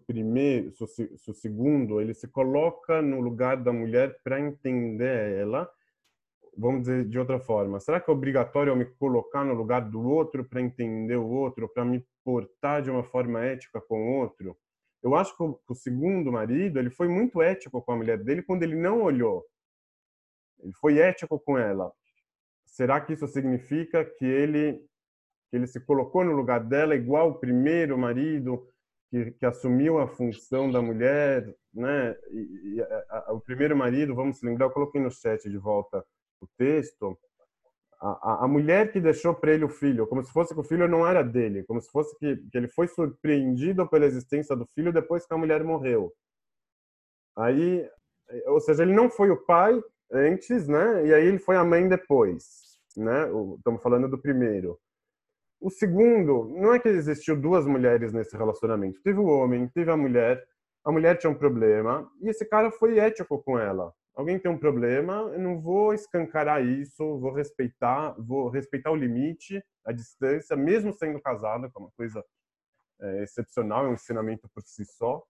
segundo ele se coloca no lugar da mulher para entender ela. Vamos dizer de outra forma. Será que é obrigatório eu me colocar no lugar do outro para entender o outro, para me portar de uma forma ética com o outro? Eu acho que o segundo marido ele foi muito ético com a mulher dele quando ele não olhou. Ele foi ético com ela. Será que isso significa que ele se colocou no lugar dela igual o primeiro marido que assumiu a função da mulher, né? O primeiro marido, vamos se lembrar, eu coloquei no chat de volta o texto, a mulher que deixou para ele o filho, como se fosse que o filho não era dele, como se fosse que ele foi surpreendido pela existência do filho depois que a mulher morreu. Aí, ou seja, ele não foi o pai antes, né? E aí ele foi a mãe depois, né? Estamos falando do primeiro. O segundo, não é que existiu duas mulheres nesse relacionamento. Teve o homem, teve a mulher tinha um problema, e esse cara foi ético com ela. Alguém tem um problema, eu não vou escancarar isso, vou respeitar o limite, a distância, mesmo sendo casado, que é uma coisa excepcional, é um ensinamento por si só.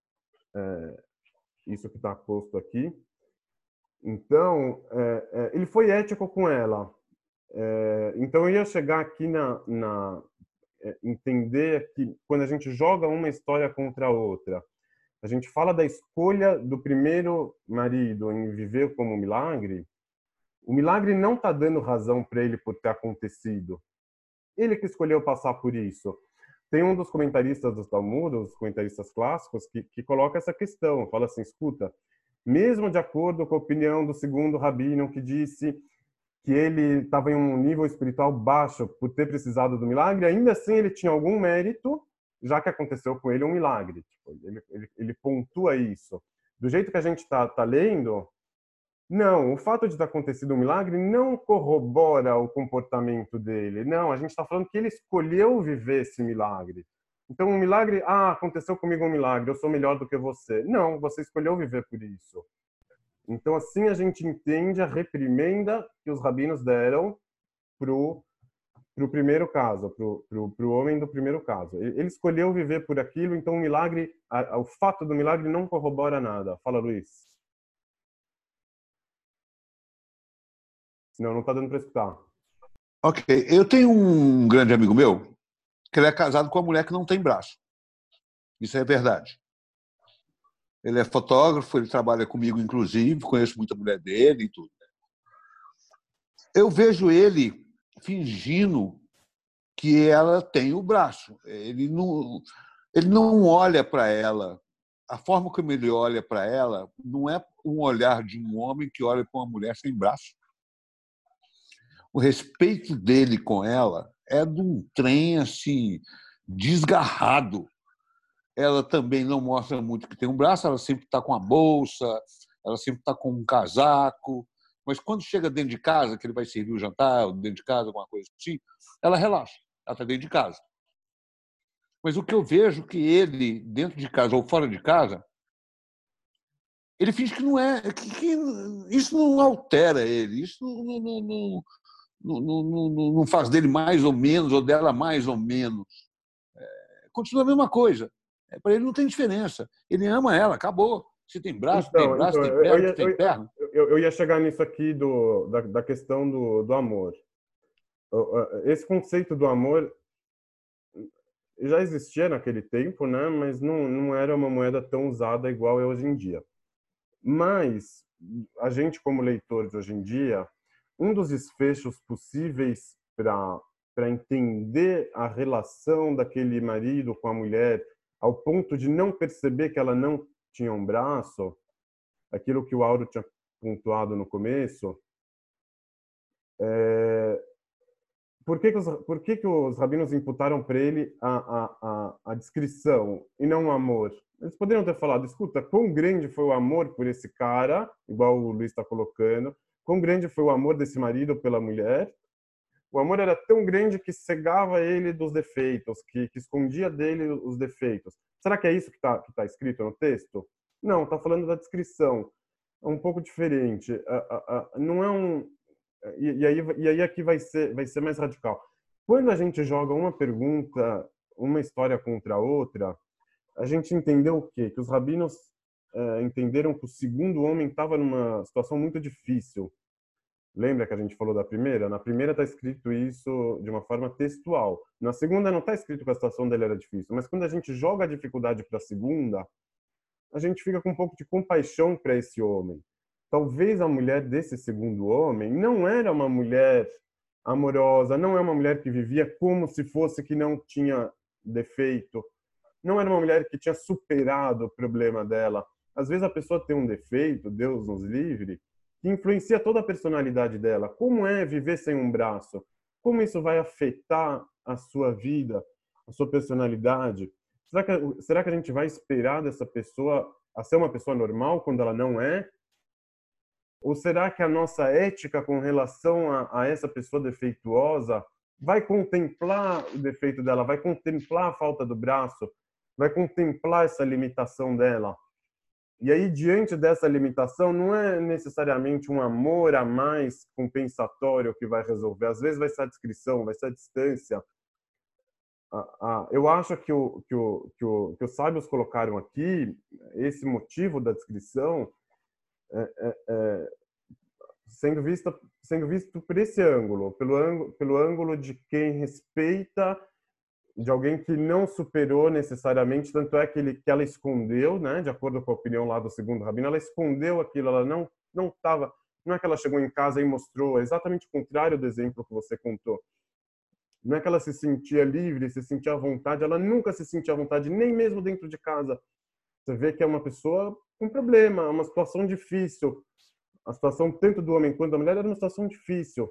Isso que está posto aqui. Então, ele foi ético com ela. Então, eu ia chegar aqui entender que quando a gente joga uma história contra a outra, a gente fala da escolha do primeiro marido em viver como milagre, o milagre não está dando razão para ele por ter acontecido. Ele que escolheu passar por isso. Tem um dos comentaristas do Talmud, os comentaristas clássicos, que coloca essa questão, fala assim, escuta, mesmo de acordo com a opinião do segundo rabino que disse que ele estava em um nível espiritual baixo por ter precisado do milagre, ainda assim ele tinha algum mérito, já que aconteceu com ele um milagre. Tipo, ele pontua isso. Do jeito que a gente está lendo, não, o fato de ter acontecido um milagre não corrobora o comportamento dele. Não, a gente está falando que ele escolheu viver esse milagre. Então, um milagre, aconteceu comigo um milagre, eu sou melhor do que você. Não, você escolheu viver por isso. Então, assim a gente entende a reprimenda que os rabinos deram pro primeiro caso, pro homem do primeiro caso. Ele escolheu viver por aquilo, então o milagre, o fato do milagre não corrobora nada. Fala, Luiz. Não está dando para escutar. Ok. Eu tenho um grande amigo meu que ele é casado com uma mulher que não tem braço. Isso é verdade. Ele é fotógrafo, ele trabalha comigo, inclusive, conheço muita mulher dele e tudo. Eu vejo ele fingindo que ela tem o braço. Ele não olha para ela. A forma como ele olha para ela não é um olhar de um homem que olha para uma mulher sem braço. O respeito dele com ela é de um trem assim desgarrado. Ela também não mostra muito que tem um braço, ela sempre está com a bolsa, ela sempre está com um casaco, mas quando chega dentro de casa, que ele vai servir o jantar, dentro de casa, alguma coisa assim, ela relaxa, ela está dentro de casa. Mas o que eu vejo é que ele, dentro de casa ou fora de casa, ele finge que não é, que isso não altera ele, isso não faz dele mais ou menos, ou dela mais ou menos. Continua a mesma coisa. Para ele não tem diferença. Ele ama ela, acabou. Se tem braço, tem braço, tem perna, tem perna. Eu ia chegar nisso aqui da questão do amor. Esse conceito do amor já existia naquele tempo, né? Mas não era uma moeda tão usada igual é hoje em dia. Mas a gente, como leitor de hoje em dia, um dos desfechos possíveis para entender a relação daquele marido com a mulher, ao ponto de não perceber que ela não tinha um braço, aquilo que o Auro tinha pontuado no começo, por que os rabinos imputaram para ele a descrição e não o amor? Eles poderiam ter falado, escuta, quão grande foi o amor por esse cara, igual o Luiz está colocando, quão grande foi o amor desse marido pela mulher, O amor era tão grande que cegava ele dos defeitos, que escondia dele os defeitos. Será que é isso que tá escrito no texto? Não, está falando da descrição. É um pouco diferente. Não é um... E aí aqui vai ser mais radical. Quando a gente joga uma pergunta, uma história contra a outra, a gente entendeu o quê? Que os rabinos entenderam que o segundo homem estava numa situação muito difícil. Lembra que a gente falou da primeira? Na primeira está escrito isso de uma forma textual. Na segunda não está escrito que a situação dele era difícil. Mas quando a gente joga a dificuldade para a segunda, a gente fica com um pouco de compaixão para esse homem. Talvez a mulher desse segundo homem não era uma mulher amorosa, não é uma mulher que vivia como se fosse que não tinha defeito, não era uma mulher que tinha superado o problema dela. Às vezes a pessoa tem um defeito, Deus nos livre, que influencia toda a personalidade dela. Como é viver sem um braço? Como isso vai afetar a sua vida, a sua personalidade? Será que a gente vai esperar dessa pessoa a ser uma pessoa normal quando ela não é? Ou será que a nossa ética com relação a essa pessoa defeituosa vai contemplar o defeito dela, vai contemplar a falta do braço, vai contemplar essa limitação dela? E aí, diante dessa limitação, não é necessariamente um amor a mais compensatório que vai resolver. Às vezes vai ser a descrição, vai ser a distância. Eu acho que os sábios colocaram aqui, esse motivo da descrição, sendo visto por esse ângulo, pelo ângulo de quem respeita, de alguém que não superou necessariamente, tanto é que ela escondeu, né, de acordo com a opinião lá do segundo rabino, ela escondeu aquilo, ela não estava, não é que ela chegou em casa e mostrou, é exatamente o contrário do exemplo que você contou. Não é que ela se sentia livre, se sentia à vontade, ela nunca se sentia à vontade, nem mesmo dentro de casa. Você vê que é uma pessoa com problema, uma situação difícil. A situação tanto do homem quanto da mulher era uma situação difícil.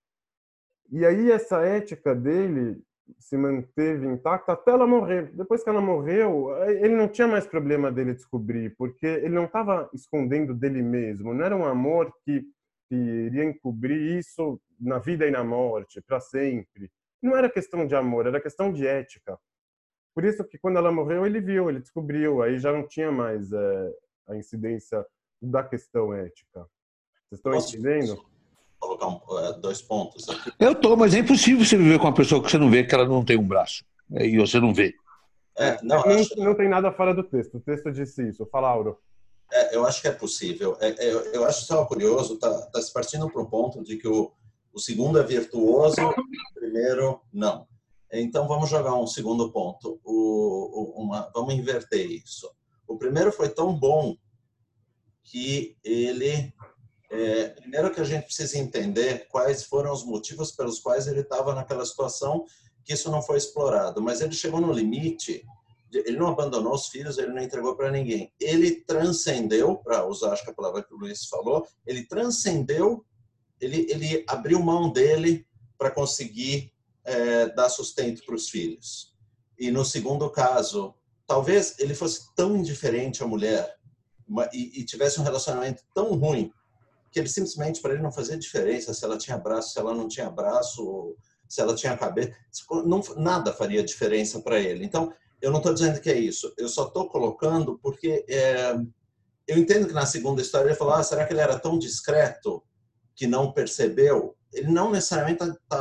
E aí essa ética dele se manteve intacta até ela morrer. Depois que ela morreu, ele não tinha mais problema dele descobrir, porque ele não estava escondendo dele mesmo. Não era um amor que iria encobrir isso na vida e na morte, para sempre. Não era questão de amor, era questão de ética. Por isso que quando ela morreu, ele viu, ele descobriu. Aí já não tinha mais a incidência da questão ética. Vocês estão entendendo? Colocar 2 pontos aqui. Eu estou, mas é impossível você viver com uma pessoa que você não vê que ela não tem um braço. E você não vê. Não tem nada fora do texto. O texto disse isso. Fala, Auro. Eu acho que é possível. Eu acho só curioso, está se partindo para um ponto de que o segundo é virtuoso, o primeiro não. Então, vamos jogar um segundo ponto. Vamos inverter isso. O primeiro foi tão bom que ele... primeiro que a gente precisa entender quais foram os motivos pelos quais ele estava naquela situação, que isso não foi explorado. Mas ele chegou no limite, ele não abandonou os filhos, ele não entregou para ninguém. Ele transcendeu, para usar acho que a palavra que o Luiz falou, ele transcendeu, ele abriu mão dele para conseguir dar sustento para os filhos. E no segundo caso, talvez ele fosse tão indiferente à mulher e tivesse um relacionamento tão ruim que ele simplesmente, para ele não fazia diferença se ela tinha braço, se ela não tinha braço, se ela tinha cabeça, nada faria diferença para ele. Então, eu não estou dizendo que é isso, eu só estou colocando porque eu entendo que na segunda história ele falou, será que ele era tão discreto que não percebeu? Ele não necessariamente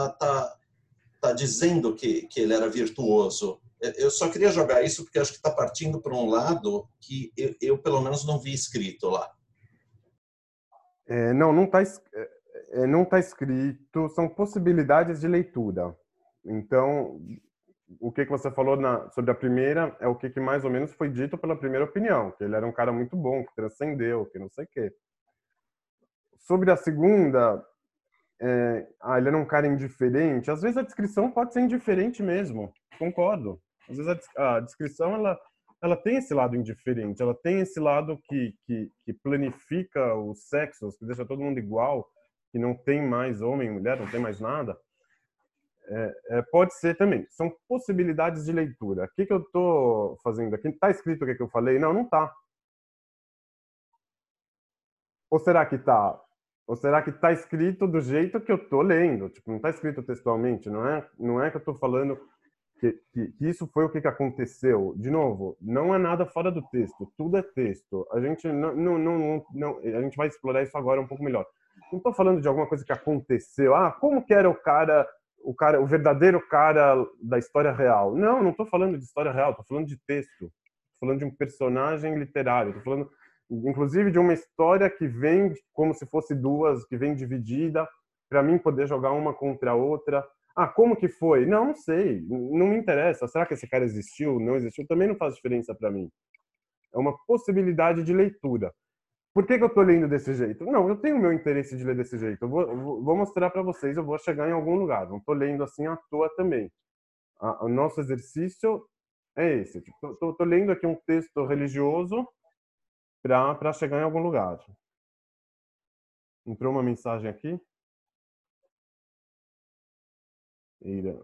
está dizendo que ele era virtuoso. Eu só queria jogar isso porque acho que está partindo para um lado que eu pelo menos não vi escrito lá. Não está escrito, são possibilidades de leitura. Então, o que você falou sobre a primeira é o que mais ou menos foi dito pela primeira opinião, que ele era um cara muito bom, que transcendeu, que não sei o quê. Sobre a segunda, ele era um cara indiferente. Às vezes a descrição pode ser indiferente mesmo, concordo. Às vezes a descrição ela tem esse lado indiferente, ela tem esse lado que planifica os sexos, que deixa todo mundo igual, que não tem mais homem e mulher, não tem mais nada. Pode ser também. São possibilidades de leitura. O que eu estou fazendo aqui? Está escrito o que eu falei? Não está. Ou será que está? Ou será que está escrito do jeito que eu estou lendo? Tipo, não está escrito textualmente, não é que eu estou falando que isso foi o que aconteceu. De novo, não é nada fora do texto, tudo é texto. A gente não a gente vai explorar isso agora um pouco melhor. Não estou falando de alguma coisa que aconteceu. Ah, como que era o verdadeiro cara da história real? Não estou falando de história real, estou falando de texto. Estou falando de um personagem literário, estou falando inclusive de uma história que vem como se fosse duas, que vem dividida, para mim poder jogar uma contra a outra. Ah, como que foi? Não sei, não me interessa. Será que esse cara existiu? Não existiu? Também não faz diferença para mim. É uma possibilidade de leitura. Por que eu estou lendo desse jeito? Não, eu tenho o meu interesse de ler desse jeito. Eu vou mostrar para vocês, eu vou chegar em algum lugar. Não estou lendo assim à toa também. O nosso exercício é esse. Estou lendo aqui um texto religioso para chegar em algum lugar. Entrou uma mensagem aqui. Eira.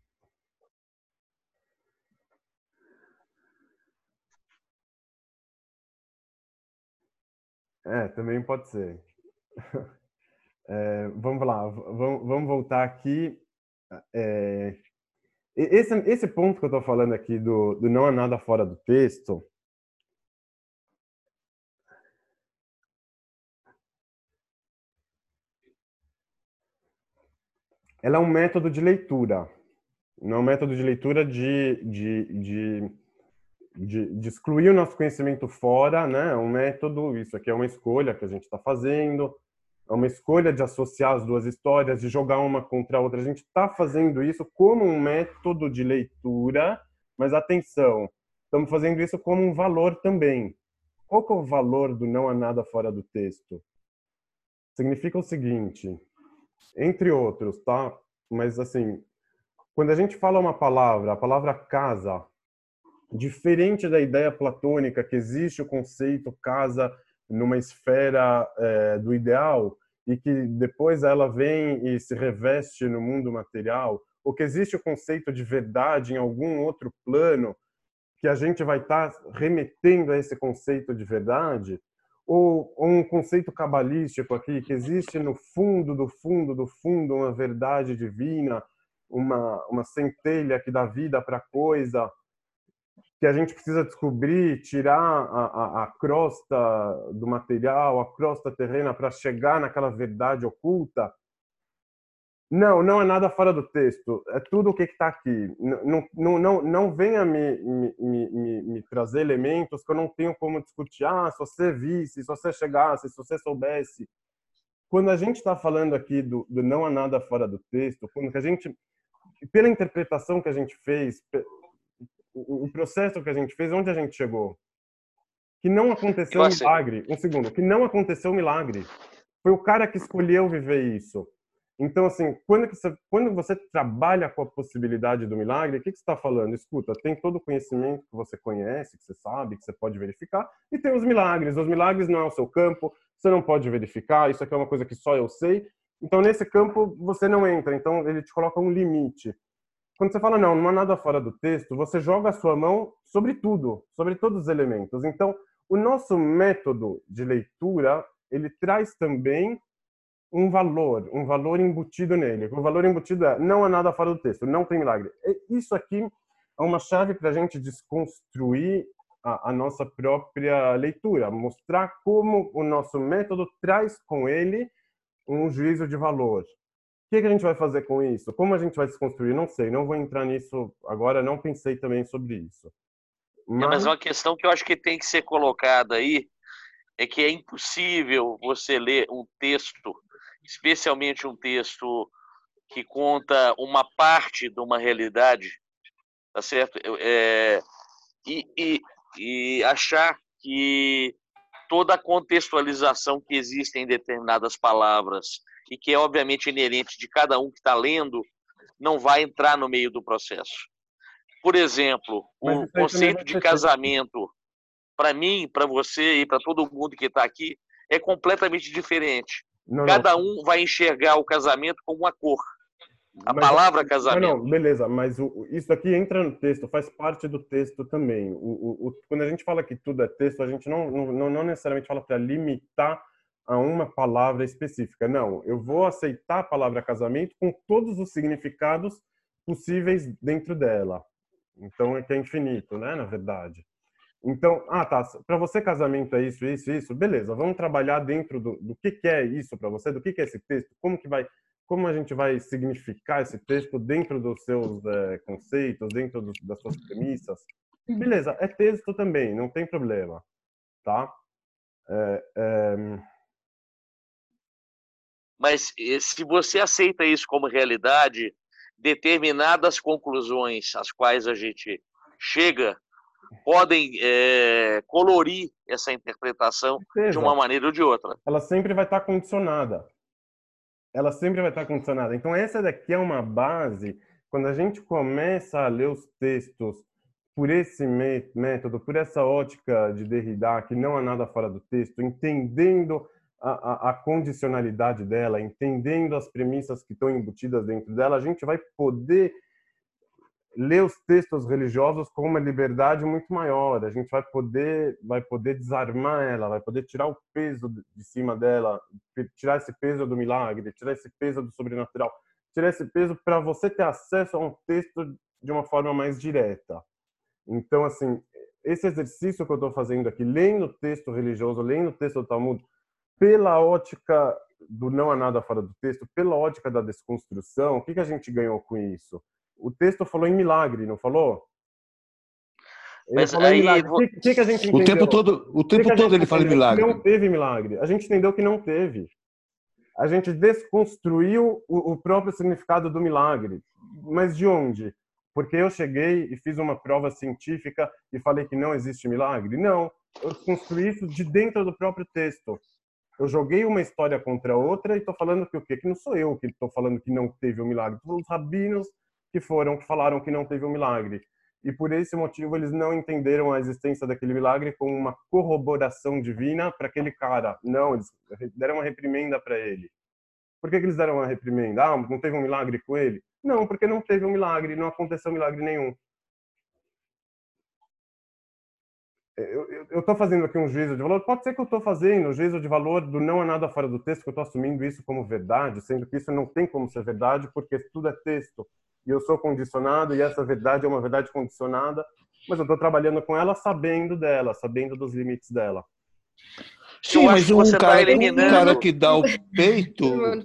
Também pode ser. Vamos lá, vamos voltar aqui. Esse ponto que eu estou falando aqui do não há nada fora do texto, ela é um método de leitura. Não é um método de leitura de excluir o nosso conhecimento fora, né? É um método, isso aqui é uma escolha que a gente está fazendo, é uma escolha de associar as duas histórias, de jogar uma contra a outra. A gente está fazendo isso como um método de leitura, mas atenção, estamos fazendo isso como um valor também. Qual que é o valor do não há nada fora do texto? Significa o seguinte, entre outros, tá? Mas assim, quando a gente fala uma palavra, a palavra casa, diferente da ideia platônica que existe o conceito casa numa esfera do ideal e que depois ela vem e se reveste no mundo material, ou que existe o conceito de verdade em algum outro plano que a gente vai estar remetendo a esse conceito de verdade, ou um conceito cabalístico aqui que existe no fundo do fundo do fundo uma verdade divina, uma centelha que dá vida para a coisa, que a gente precisa descobrir, tirar a crosta do material, a crosta terrena para chegar naquela verdade oculta. Não é nada fora do texto. É tudo o que está aqui. Não venha me trazer elementos que eu não tenho como discutir. Ah, se você visse, se você chegasse, se você soubesse. Quando a gente está falando aqui do não há nada fora do texto, quando que a gente, pela interpretação que a gente fez, o processo que a gente fez, onde a gente chegou? Que não aconteceu um milagre. Um segundo. Que não aconteceu um milagre. Foi o cara que escolheu viver isso. Então, assim, quando você trabalha com a possibilidade do milagre, o que você está falando? Escuta, tem todo o conhecimento que você conhece, que você sabe, que você pode verificar, e tem os milagres. Os milagres não é o seu campo, você não pode verificar, isso aqui é uma coisa que só eu sei. Então, nesse campo, você não entra. Então, ele te coloca um limite. Quando você fala, não há nada fora do texto, você joga a sua mão sobre tudo, sobre todos os elementos. Então, o nosso método de leitura, ele traz também um valor embutido nele. O valor embutido é, não há nada fora do texto, não tem milagre. Isso aqui é uma chave para a gente desconstruir a nossa própria leitura, mostrar como o nosso método traz com ele um juízo de valor. O que a gente vai fazer com isso? Como a gente vai desconstruir? Não sei, não vou entrar nisso agora, não pensei também sobre isso. Mas uma questão que eu acho que tem que ser colocada aí é que é impossível você ler um texto, especialmente um texto que conta uma parte de uma realidade, tá certo? E achar que toda a contextualização que existe em determinadas palavras e que é obviamente inerente de cada um que está lendo, não vai entrar no meio do processo. Por exemplo, o conceito de casamento, para mim, para você e para todo mundo que está aqui, é completamente diferente. Cada um vai enxergar o casamento como uma cor. A palavra casamento. Não, beleza, mas isso aqui entra no texto, faz parte do texto também. Quando a gente fala que tudo é texto, a gente não necessariamente fala para limitar a uma palavra específica. Não, eu vou aceitar a palavra casamento com todos os significados possíveis dentro dela. Então, é que é infinito, né, na verdade. Então, tá, para você casamento é isso, isso, isso, beleza, vamos trabalhar dentro do que é isso para você, do que é esse texto, como a gente vai significar esse texto dentro dos seus conceitos, dentro das suas premissas. Beleza, é texto também, não tem problema, tá? Mas se você aceita isso como realidade, determinadas conclusões às quais a gente chega podem colorir essa interpretação de uma maneira ou de outra. Ela sempre vai estar condicionada. Ela sempre vai estar condicionada. Então, essa daqui é uma base. Quando a gente começa a ler os textos por esse método, por essa ótica de Derrida, que não há nada fora do texto, entendendo a condicionalidade dela, entendendo as premissas que estão embutidas dentro dela, a gente vai poder ler os textos religiosos com uma liberdade muito maior. A gente vai poder desarmar ela, vai poder tirar o peso de cima dela, tirar esse peso do milagre, tirar esse peso do sobrenatural, tirar esse peso para você ter acesso a um texto de uma forma mais direta. Então, assim, esse exercício que eu estou fazendo aqui, lendo o texto religioso, lendo o texto do Talmud, pela ótica do não há nada fora do texto, pela ótica da desconstrução, o que a gente ganhou com isso? O texto falou em milagre, não falou? Ele falou em milagre. O que a gente entendeu? O tempo todo ele fala em milagre. Não teve milagre. A gente entendeu que não teve. A gente desconstruiu o próprio significado do milagre. Mas de onde? Porque eu cheguei e fiz uma prova científica e falei que não existe milagre? Não. Eu construí isso de dentro do próprio texto. Eu joguei uma história contra a outra e estou falando que o quê? Que não sou eu que estou falando que não teve o milagre. Todos os rabinos que falaram que não teve um milagre. E por esse motivo eles não entenderam a existência daquele milagre como uma corroboração divina para aquele cara. Não, eles deram uma reprimenda para ele. Por que eles deram uma reprimenda? Não teve um milagre com ele? Não, porque não teve um milagre, não aconteceu milagre nenhum. Eu estou fazendo aqui um juízo de valor. Pode ser que eu estou fazendo um juízo de valor do não há nada fora do texto, que eu estou assumindo isso como verdade, sendo que isso não tem como ser verdade, porque tudo é texto. E eu sou condicionado, e essa verdade é uma verdade condicionada, mas eu estou trabalhando com ela sabendo dela, sabendo dos limites dela. Sim, mas um cara que dá o peito,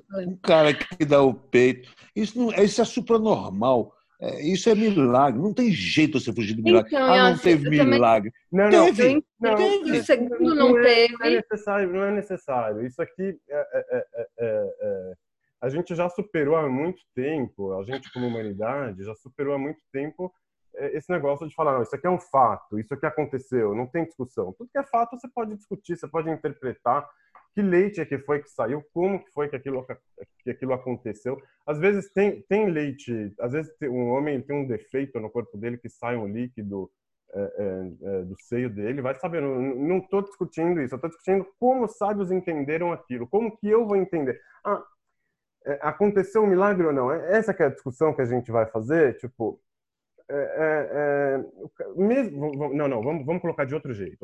isso é supranormal. Isso é milagre. Não tem jeito você fugir do milagre. Então, não teve milagre. O segundo não teve. Não é necessário. Isso aqui a gente já superou há muito tempo, a gente como humanidade já superou há muito tempo esse negócio de falar, não, isso aqui é um fato, isso aqui aconteceu, não tem discussão. Tudo que é fato você pode discutir, você pode interpretar que leite é que foi que saiu, como que foi que aquilo aconteceu. Às vezes tem leite, às vezes um homem tem um defeito no corpo dele que sai um líquido do seio dele, vai saber, não estou discutindo isso, eu estou discutindo como os sábios entenderam aquilo, como que eu vou entender. Aconteceu um milagre ou não? Essa que é a discussão que a gente vai fazer, tipo, vamos colocar de outro jeito,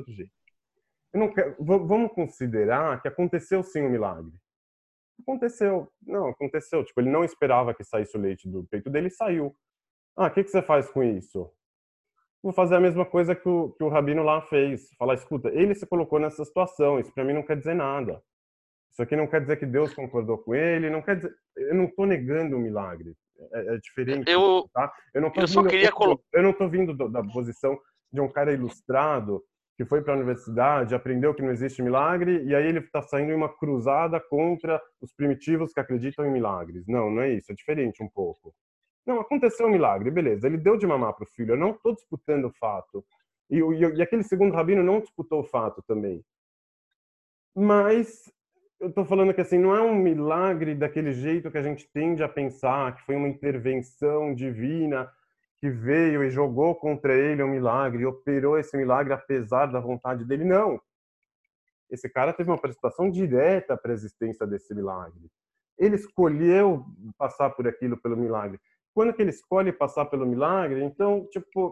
vamos considerar que aconteceu sim um milagre. Aconteceu, tipo, ele não esperava que saísse o leite do peito dele e saiu. O que você faz com isso? Vou fazer a mesma coisa que o rabino lá fez, falar, escuta, ele se colocou nessa situação, isso para mim não quer dizer nada. Isso aqui não quer dizer que Deus concordou com ele, não quer dizer, eu não estou negando o milagre, é diferente. Tá? Eu não estou vindo da posição de um cara ilustrado que foi para a universidade, aprendeu que não existe milagre e aí ele está saindo em uma cruzada contra os primitivos que acreditam em milagres. Não é isso, é diferente um pouco. Não, aconteceu um milagre, beleza, ele deu de mamar para o filho, eu não estou disputando o fato. E aquele segundo rabino não disputou o fato também. Mas eu estou falando que assim, não é um milagre daquele jeito que a gente tende a pensar, que foi uma intervenção divina que veio e jogou contra ele um milagre, e operou esse milagre apesar da vontade dele. Não. Esse cara teve uma participação direta para a existência desse milagre. Ele escolheu passar por aquilo pelo milagre. Quando que ele escolhe passar pelo milagre, então, tipo,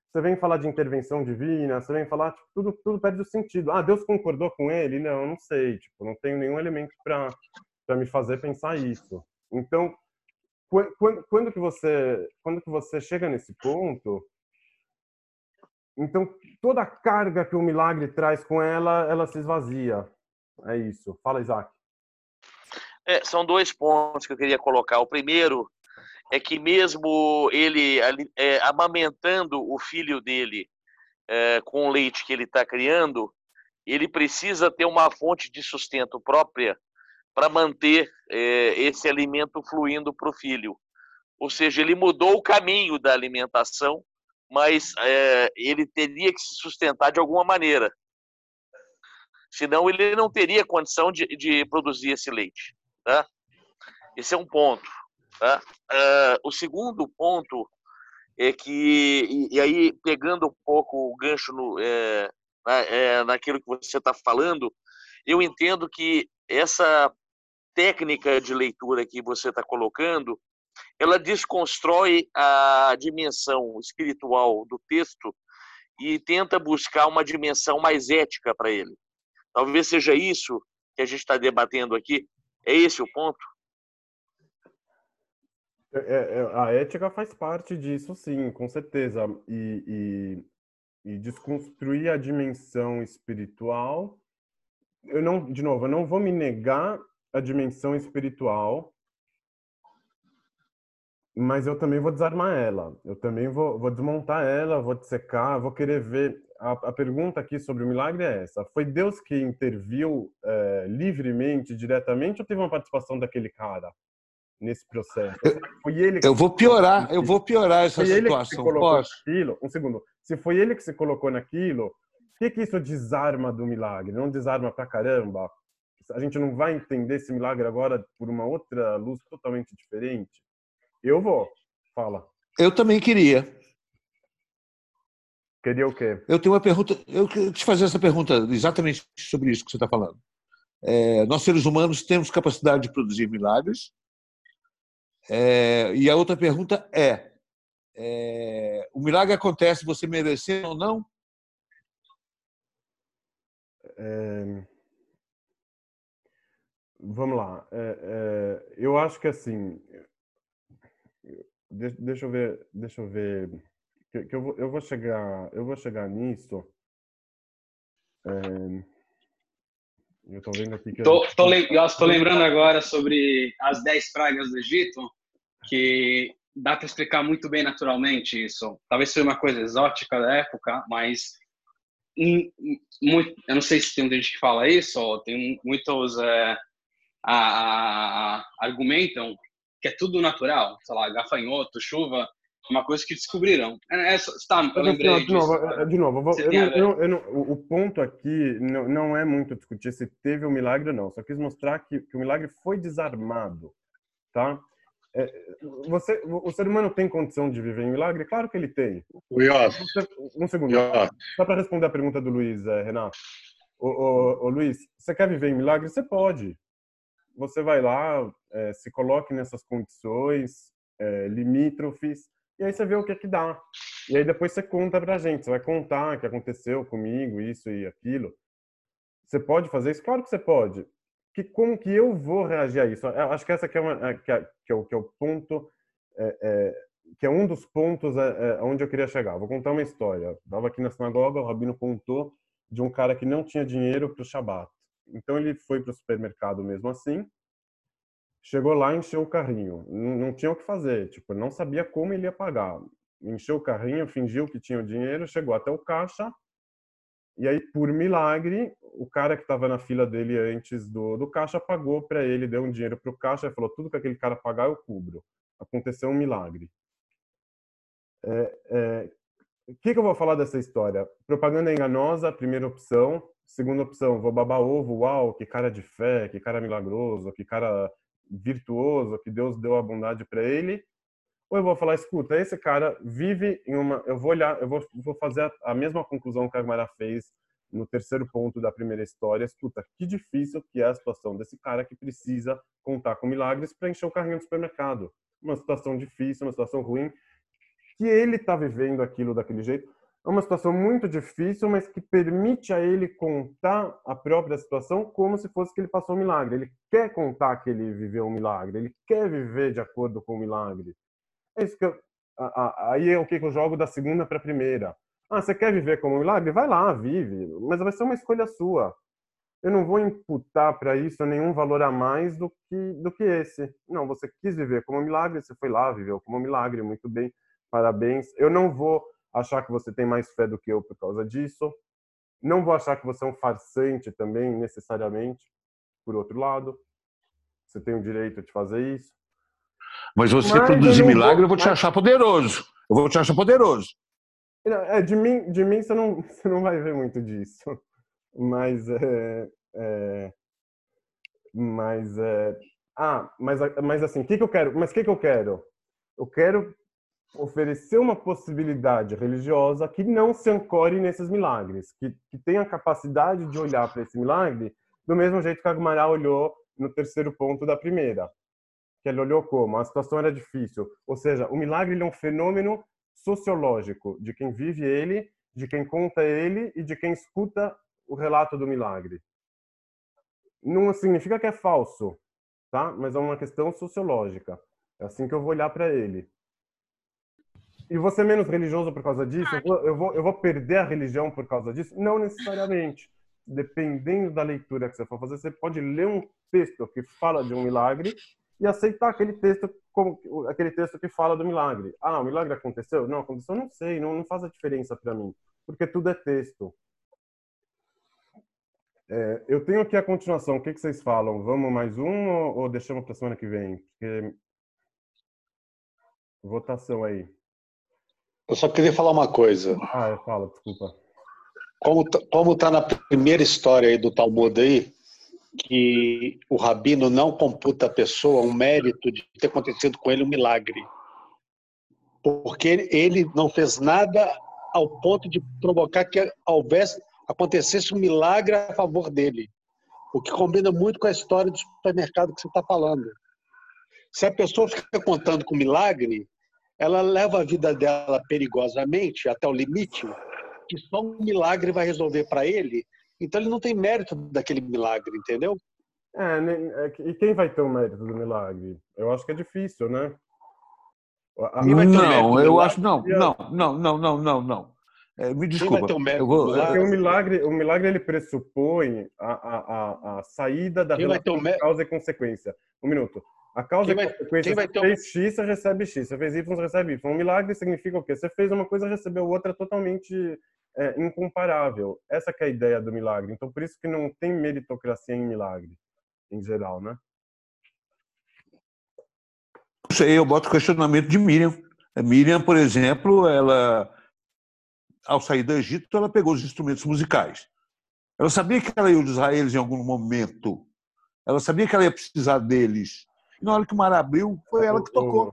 você vem falar de intervenção divina, você vem falar, tipo, tudo perde o sentido. Ah, Deus concordou com ele? Não, eu não sei, tipo, não tenho nenhum elemento para me fazer pensar isso. Então, quando que você chega nesse ponto, então toda a carga que o milagre traz com ela se esvazia. É isso. Fala, Isaac. São dois pontos que eu queria colocar. O primeiro é que mesmo ele amamentando o filho dele com o leite que ele está criando, ele precisa ter uma fonte de sustento própria para manter esse alimento fluindo para o filho. Ou seja, ele mudou o caminho da alimentação, mas ele teria que se sustentar de alguma maneira. Senão ele não teria condição de produzir esse leite. Tá? Esse é um ponto. Tá? O segundo ponto é que, e aí pegando um pouco o gancho naquilo que você está falando, eu entendo que essa técnica de leitura que você está colocando, ela desconstrói a dimensão espiritual do texto e tenta buscar uma dimensão mais ética para ele. Talvez seja isso que a gente está debatendo aqui. É esse o ponto? A ética faz parte disso, sim, com certeza. E desconstruir a dimensão espiritual. De novo, eu não vou me negar a dimensão espiritual, mas eu também vou desarmar ela. Eu também vou desmontar ela, vou dissecar, vou querer ver. A pergunta aqui sobre o milagre é essa: foi Deus que interviu livremente, diretamente, ou teve uma participação daquele cara nesse processo? Foi ele que eu vou piorar essa situação. Posso? Naquilo, um segundo. Se foi ele que se colocou naquilo, o que isso desarma do milagre? Não desarma pra caramba? A gente não vai entender esse milagre agora por uma outra luz totalmente diferente? Eu vou. Fala. Eu também queria. Queria o quê? Eu tenho uma pergunta. Eu queria te fazer essa pergunta exatamente sobre isso que você está falando. Nós, seres humanos, temos capacidade de produzir milagres. E a outra pergunta o milagre acontece você merecendo ou não? Vamos lá. Eu acho que assim, deixa eu ver que eu vou chegar nisso. Eu tô vendo aqui que estou lembrando agora sobre as 10 pragas do Egito, que dá para explicar muito bem naturalmente isso. Talvez seja uma coisa exótica da época, mas eu não sei se tem muita gente que fala isso, ou tem muitos argumentam que é tudo natural, sei lá, gafanhoto, chuva, uma coisa que descobriram. Eu lembrei disso. De novo, o ponto aqui não é muito discutir se teve um milagre ou não. Só quis mostrar que o milagre foi desarmado, tá? O ser humano tem condição de viver em milagre? Claro que ele tem. Um segundo. Só para responder a pergunta do Luiz, Renato. Luiz, você quer viver em milagre? Você pode. Você vai lá, se coloque nessas condições limítrofes, e aí você vê o que dá. E aí depois você conta pra gente. Você vai contar o que aconteceu comigo, isso e aquilo. Você pode fazer isso? Claro que você pode. Como que eu vou reagir a isso? Eu acho que essa aqui que é o ponto, que é um dos pontos onde eu queria chegar. Vou contar uma história. Estava aqui na sinagoga, o rabino contou de um cara que não tinha dinheiro para o Shabat. Então ele foi para o supermercado mesmo assim, chegou lá e encheu o carrinho. Não tinha o que fazer, tipo, não sabia como ele ia pagar. Encheu o carrinho, fingiu que tinha o dinheiro, chegou até o caixa. E aí, por milagre, o cara que estava na fila dele antes do caixa pagou para ele, deu um dinheiro para o caixa e falou: tudo que aquele cara pagar eu cubro. Aconteceu um milagre. O que eu vou falar dessa história? Propaganda enganosa, primeira opção. Segunda opção, vou babar ovo, uau, que cara de fé, que cara milagroso, que cara virtuoso, que Deus deu a bondade para ele. Ou eu vou falar, escuta, esse cara vive em uma... Eu vou fazer a mesma conclusão que a Agmará fez no terceiro ponto da primeira história. Escuta, que difícil que é a situação desse cara que precisa contar com milagres para encher o carrinho do supermercado. Uma situação difícil, uma situação ruim, que ele está vivendo aquilo daquele jeito. É uma situação muito difícil, mas que permite a ele contar a própria situação como se fosse que ele passou um milagre. Ele quer contar que ele viveu um milagre, ele quer viver de acordo com o milagre. É isso que aí é o que eu jogo da segunda para a primeira. Ah, você quer viver como um milagre? Vai lá, vive, mas vai ser uma escolha sua. Eu não vou imputar para isso nenhum valor a mais do que esse. Não, você quis viver como um milagre, você foi lá, viveu como um milagre, muito bem, parabéns. Eu não vou achar que você tem mais fé do que eu por causa disso. Não vou achar que você é um farsante também, necessariamente, por outro lado. Você tem o direito de fazer isso. Mas você produzir milagre, eu vou te achar poderoso. Eu vou te achar poderoso. De mim você não vai ver muito disso. Mas mas assim, o que eu quero? Mas o que eu quero? Eu quero oferecer uma possibilidade religiosa que não se ancore nesses milagres, que tenha a capacidade de olhar para esse milagre do mesmo jeito que a Guimarães olhou no terceiro ponto da primeira. Que ele olhou como? A situação era difícil. Ou seja, o milagre ele é um fenômeno sociológico de quem vive ele, de quem conta ele e de quem escuta o relato do milagre. Não significa que é falso, tá? Mas é uma questão sociológica. É assim que eu vou olhar para ele. E vou ser menos religioso por causa disso? Eu vou perder a religião por causa disso? Não necessariamente. Dependendo da leitura que você for fazer, você pode ler um texto que fala de um milagre e aceitar aquele texto como aquele texto que fala do milagre. Ah, o milagre aconteceu? Não, aconteceu, não sei, não faz a diferença para mim, porque tudo é texto. Eu tenho aqui a continuação. O que vocês falam? Vamos mais um ou deixamos para a semana que vem? Porque... Votação aí. Eu só queria falar uma coisa. Fala, desculpa. Como tá na primeira história aí do Talmud aí, que o rabino não computa a pessoa um mérito de ter acontecido com ele um milagre. Porque ele não fez nada ao ponto de provocar que acontecesse um milagre a favor dele. O que combina muito com a história do supermercado que você está falando. Se a pessoa fica contando com milagre, ela leva a vida dela perigosamente até o limite, que só um milagre vai resolver para ele, então ele não tem mérito daquele milagre, entendeu? E quem vai ter o mérito do milagre? Eu acho que é difícil, né? Não, eu acho não. Me desculpa. Porque o milagre ele pressupõe a saída da relação de causa e consequência. Um minuto. A causa e consequência, você fez X, você recebe X. Você fez Y, você recebe Y. Um milagre significa o quê? Você fez uma coisa, recebeu outra totalmente incomparável. Essa que é a ideia do milagre. Então, por isso que não tem meritocracia em milagre, em geral, né? Eu boto o questionamento de Miriam. Miriam, por exemplo, ela, ao sair do Egito, ela pegou os instrumentos musicais. Ela sabia que ela ia usar eles em algum momento. Ela sabia que ela ia precisar deles. E na hora que o mar abriu, foi ela que tocou.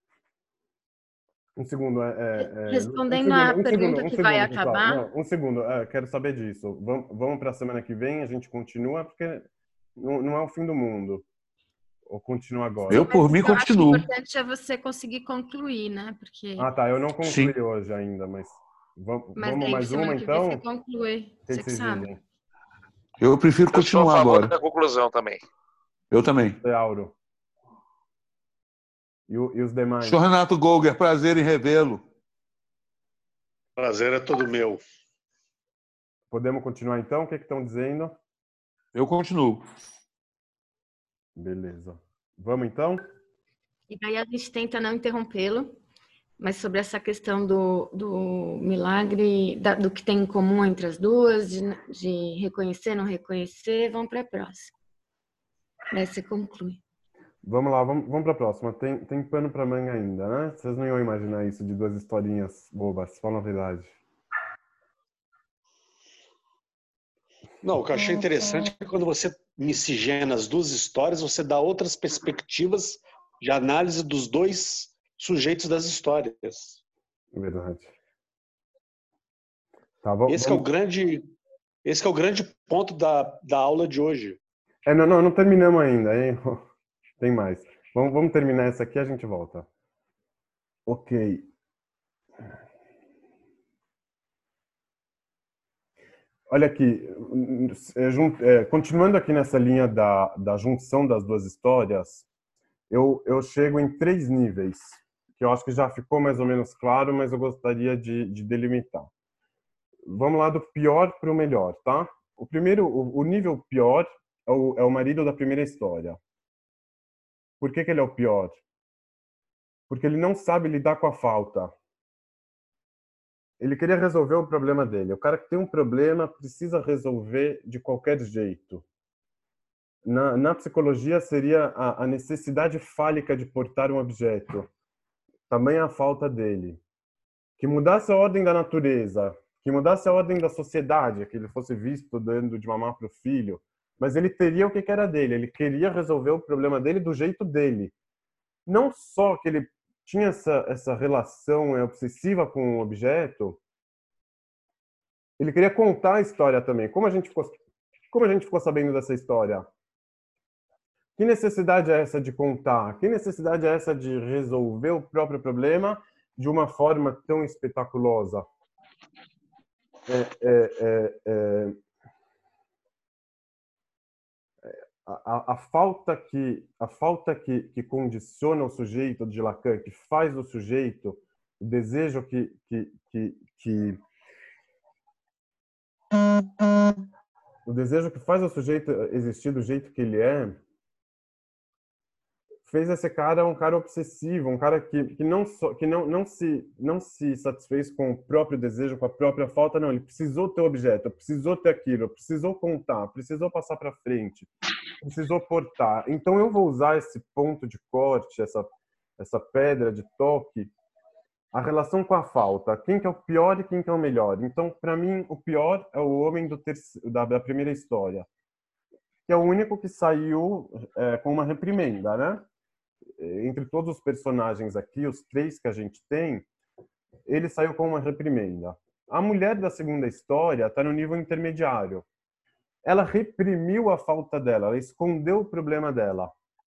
Um segundo. Respondendo à pergunta que vai acabar. Não, um segundo. Quero saber disso. Vamos para a semana que vem, a gente continua, porque não é o fim do mundo. Ou continua agora? Eu, por mim, continuo. O importante é você conseguir concluir, né? Porque... eu não concluí hoje ainda, mas vamos mais uma, então? Você conclui. Você que sabe. Eu prefiro continuar agora. Eu sou a favor da conclusão também. Eu também. Auro. E os demais? Senhor Renato Golger, prazer em revê-lo. Prazer é todo meu. Podemos continuar, então? O que estão dizendo? Eu continuo. Beleza. Vamos, então? E aí a gente tenta não interrompê-lo, mas sobre essa questão do milagre, do que tem em comum entre as duas, de reconhecer, não reconhecer, vamos para a próxima. Daí você conclui. Vamos lá, vamos para a próxima. Tem pano para manga ainda, né? Vocês não iam imaginar isso de duas historinhas bobas, só novidade. Não, o que eu achei interessante é que quando você miscigena as duas histórias, você dá outras perspectivas de análise dos dois sujeitos das histórias. Verdade. Esse é o grande ponto da aula de hoje. Não terminamos ainda, hein? Tem mais. Vamos terminar essa aqui e a gente volta. Ok. Olha aqui, continuando aqui nessa linha da junção das duas histórias, eu chego em 3 níveis, que eu acho que já ficou mais ou menos claro, mas eu gostaria de delimitar. Vamos lá do pior para o melhor, tá? O primeiro, o nível pior é o marido da primeira história. Por que ele é o pior? Porque ele não sabe lidar com a falta. Ele queria resolver o problema dele. O cara que tem um problema precisa resolver de qualquer jeito. Na psicologia seria a necessidade fálica de portar um objeto. Tamanha a falta dele. Que mudasse a ordem da natureza, que mudasse a ordem da sociedade, que ele fosse visto dando de mamar para o filho, mas ele teria o que era dele, ele queria resolver o problema dele do jeito dele. Não só que ele tinha essa relação obsessiva com o objeto, ele queria contar a história também. Como a gente ficou sabendo dessa história? Que necessidade é essa de contar? Que necessidade é essa de resolver o próprio problema de uma forma tão espetaculosa? A falta que condiciona o sujeito de Lacan, que faz o sujeito, o desejo o desejo que faz o sujeito existir do jeito que ele é, fez esse cara um cara obsessivo, um cara que não se satisfez com o próprio desejo, com a própria falta, não, ele precisou ter objeto, precisou ter aquilo, precisou contar, precisou passar para frente, precisou portar. Então eu vou usar esse ponto de corte, essa pedra de toque, a relação com a falta, quem que é o pior e quem que é o melhor. Então, para mim, o pior é o homem da primeira história, que é o único que saiu com uma reprimenda, né? Entre todos os personagens aqui, os 3 que a gente tem, ele saiu com uma reprimenda. A mulher da segunda história está no nível intermediário. Ela reprimiu a falta dela, ela escondeu o problema dela.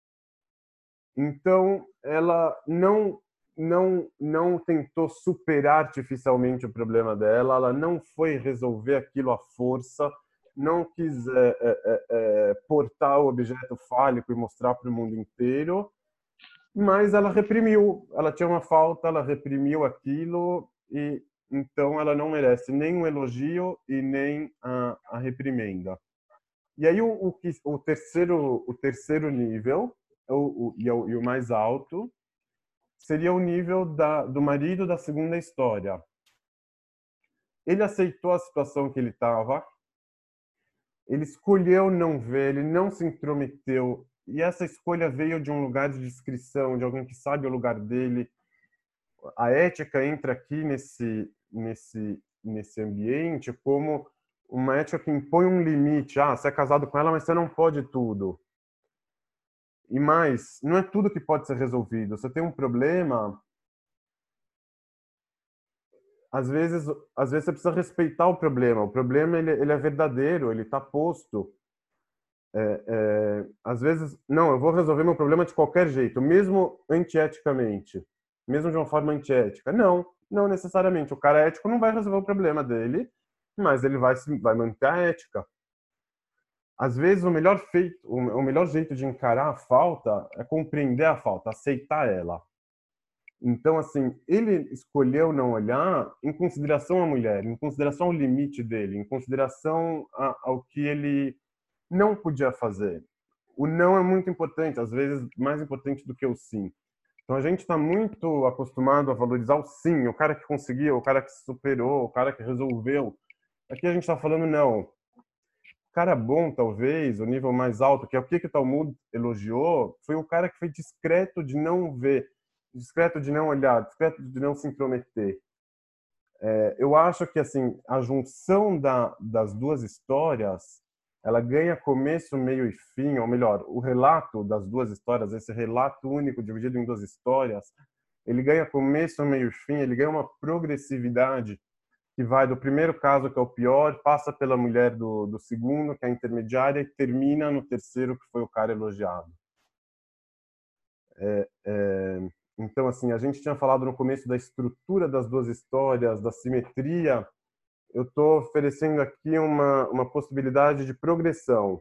Então, ela não tentou superar artificialmente o problema dela, ela não foi resolver aquilo à força, não quis portar o objeto fálico e mostrar para o mundo inteiro, mas ela reprimiu, ela tinha uma falta, ela reprimiu aquilo e então ela não merece nem um elogio e nem a reprimenda. E aí o terceiro nível e o mais alto seria o nível do marido da segunda história. Ele aceitou a situação que ele estava, ele escolheu não ver, ele não se intrometeu. E essa escolha veio de um lugar de discrição, de alguém que sabe o lugar dele. A ética entra aqui nesse ambiente como uma ética que impõe um limite. Ah, você é casado com ela, mas você não pode tudo. E mais, não é tudo que pode ser resolvido. Você tem um problema, às vezes você precisa respeitar o problema. O problema ele é verdadeiro, ele está posto. Às vezes, não, eu vou resolver meu problema de qualquer jeito, mesmo antieticamente, mesmo de uma forma antiética. Não necessariamente. O cara ético não vai resolver o problema dele, mas ele vai manter a ética. Às vezes, o melhor jeito de encarar a falta é compreender a falta, aceitar ela. Então, assim, ele escolheu não olhar em consideração à mulher, em consideração ao limite dele, em consideração ao que ele não podia fazer. O não é muito importante, às vezes mais importante do que o sim. Então a gente está muito acostumado a valorizar o sim, o cara que conseguiu, o cara que superou, o cara que resolveu. Aqui a gente está falando não. O cara bom, talvez, o nível mais alto, que é o que o Talmud elogiou, foi o cara que foi discreto de não ver, discreto de não olhar, discreto de não se intrometer. Eu acho que assim a junção das duas histórias ela ganha começo, meio e fim, ou melhor, o relato das duas histórias, esse relato único dividido em 2 histórias, ele ganha começo, meio e fim, ele ganha uma progressividade que vai do primeiro caso, que é o pior, passa pela mulher do segundo, que é a intermediária, e termina no terceiro, que foi o cara elogiado. Então, assim, a gente tinha falado no começo da estrutura das duas histórias, da simetria eu estou oferecendo aqui uma possibilidade de progressão.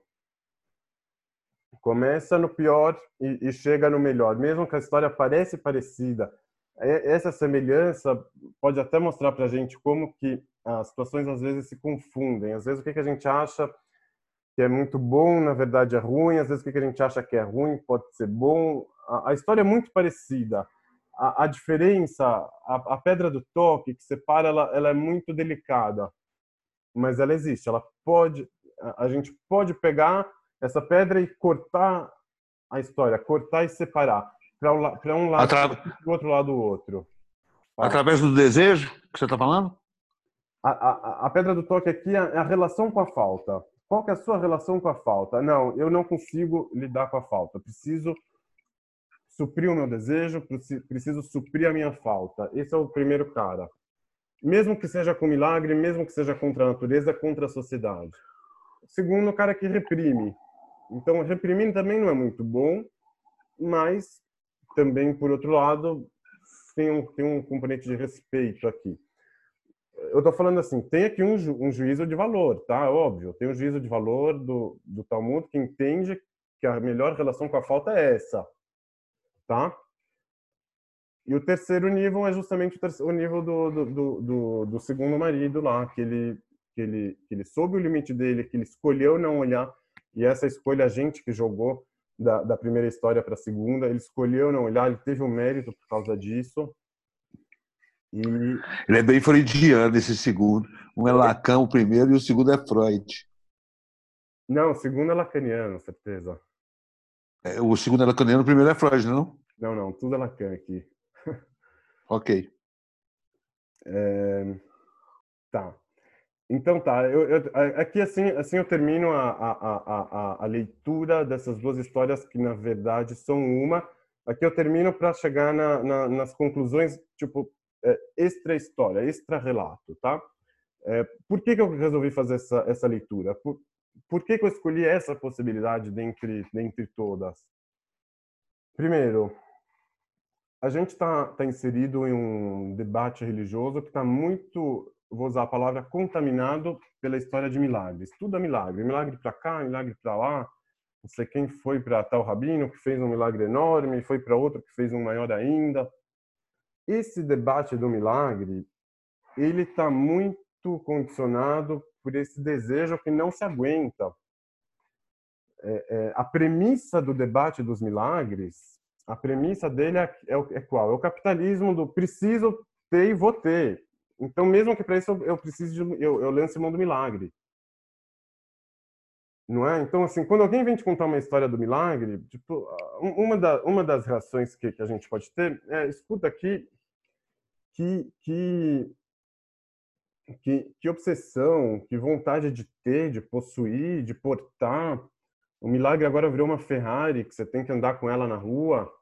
Começa no pior e chega no melhor. Mesmo que a história pareça parecida, essa semelhança pode até mostrar para a gente como que as situações às vezes se confundem. Às vezes o que a gente acha que é muito bom, na verdade é ruim. Às vezes o que a gente acha que é ruim pode ser bom. A história é muito parecida. A diferença, a pedra do toque que separa, ela é muito delicada, mas ela existe. Ela pode, a gente pode pegar essa pedra e cortar a história, cortar e separar para um lado para o outro lado o outro. Através do desejo que você está falando? A pedra do toque aqui é a relação com a falta. Qual que é a sua relação com a falta? Não, eu não consigo lidar com a falta. Preciso suprir o meu desejo, preciso suprir a minha falta. Esse é o primeiro cara. Mesmo que seja com milagre, mesmo que seja contra a natureza, contra a sociedade. O segundo, o cara que reprime. Então, reprimir também não é muito bom, mas também, por outro lado, tem um componente de respeito aqui. Eu estou falando assim, tem aqui um juízo de valor, tá? Óbvio, tem um juízo de valor do Talmud que entende que a melhor relação com a falta é essa, tá? E o terceiro nível é justamente o nível do segundo marido lá, que ele soube o limite dele, que ele escolheu não olhar, e essa escolha a gente que jogou da primeira história para a segunda, ele escolheu não olhar, ele teve um mérito por causa disso. E... Ele é bem freudiano, esse segundo. Um é Lacan, o primeiro, e o segundo é Freud. Não, o segundo é lacaniano, certeza. O segundo é lacaniano, o primeiro é Freud, não? Não, tudo é Lacan aqui. Ok. Tá. Então tá, aqui assim eu termino a leitura dessas duas histórias que na verdade são uma. Aqui eu termino para chegar nas conclusões, tipo, extra história, extra relato, tá? Por que eu resolvi fazer essa leitura? Por que eu escolhi essa possibilidade dentre todas? Primeiro, a gente está inserido em um debate religioso que está muito, vou usar a palavra, contaminado pela história de milagres. Tudo é milagre. Milagre para cá, milagre para lá. Não sei quem foi para tal rabino que fez um milagre enorme, foi para outro que fez um maior ainda. Esse debate do milagre, ele está muito condicionado por esse desejo que não se aguenta. A premissa do debate dos milagres, a premissa dele é qual? É o capitalismo do preciso ter e vou ter. Então, mesmo que para isso eu precise eu lance mão do milagre. Não é? Então, assim, quando alguém vem te contar uma história do milagre, tipo, uma das reações que a gente pode ter é, escuta aqui, que obsessão, que vontade de ter, de possuir, de portar. O milagre agora virou uma Ferrari, que você tem que andar com ela na rua.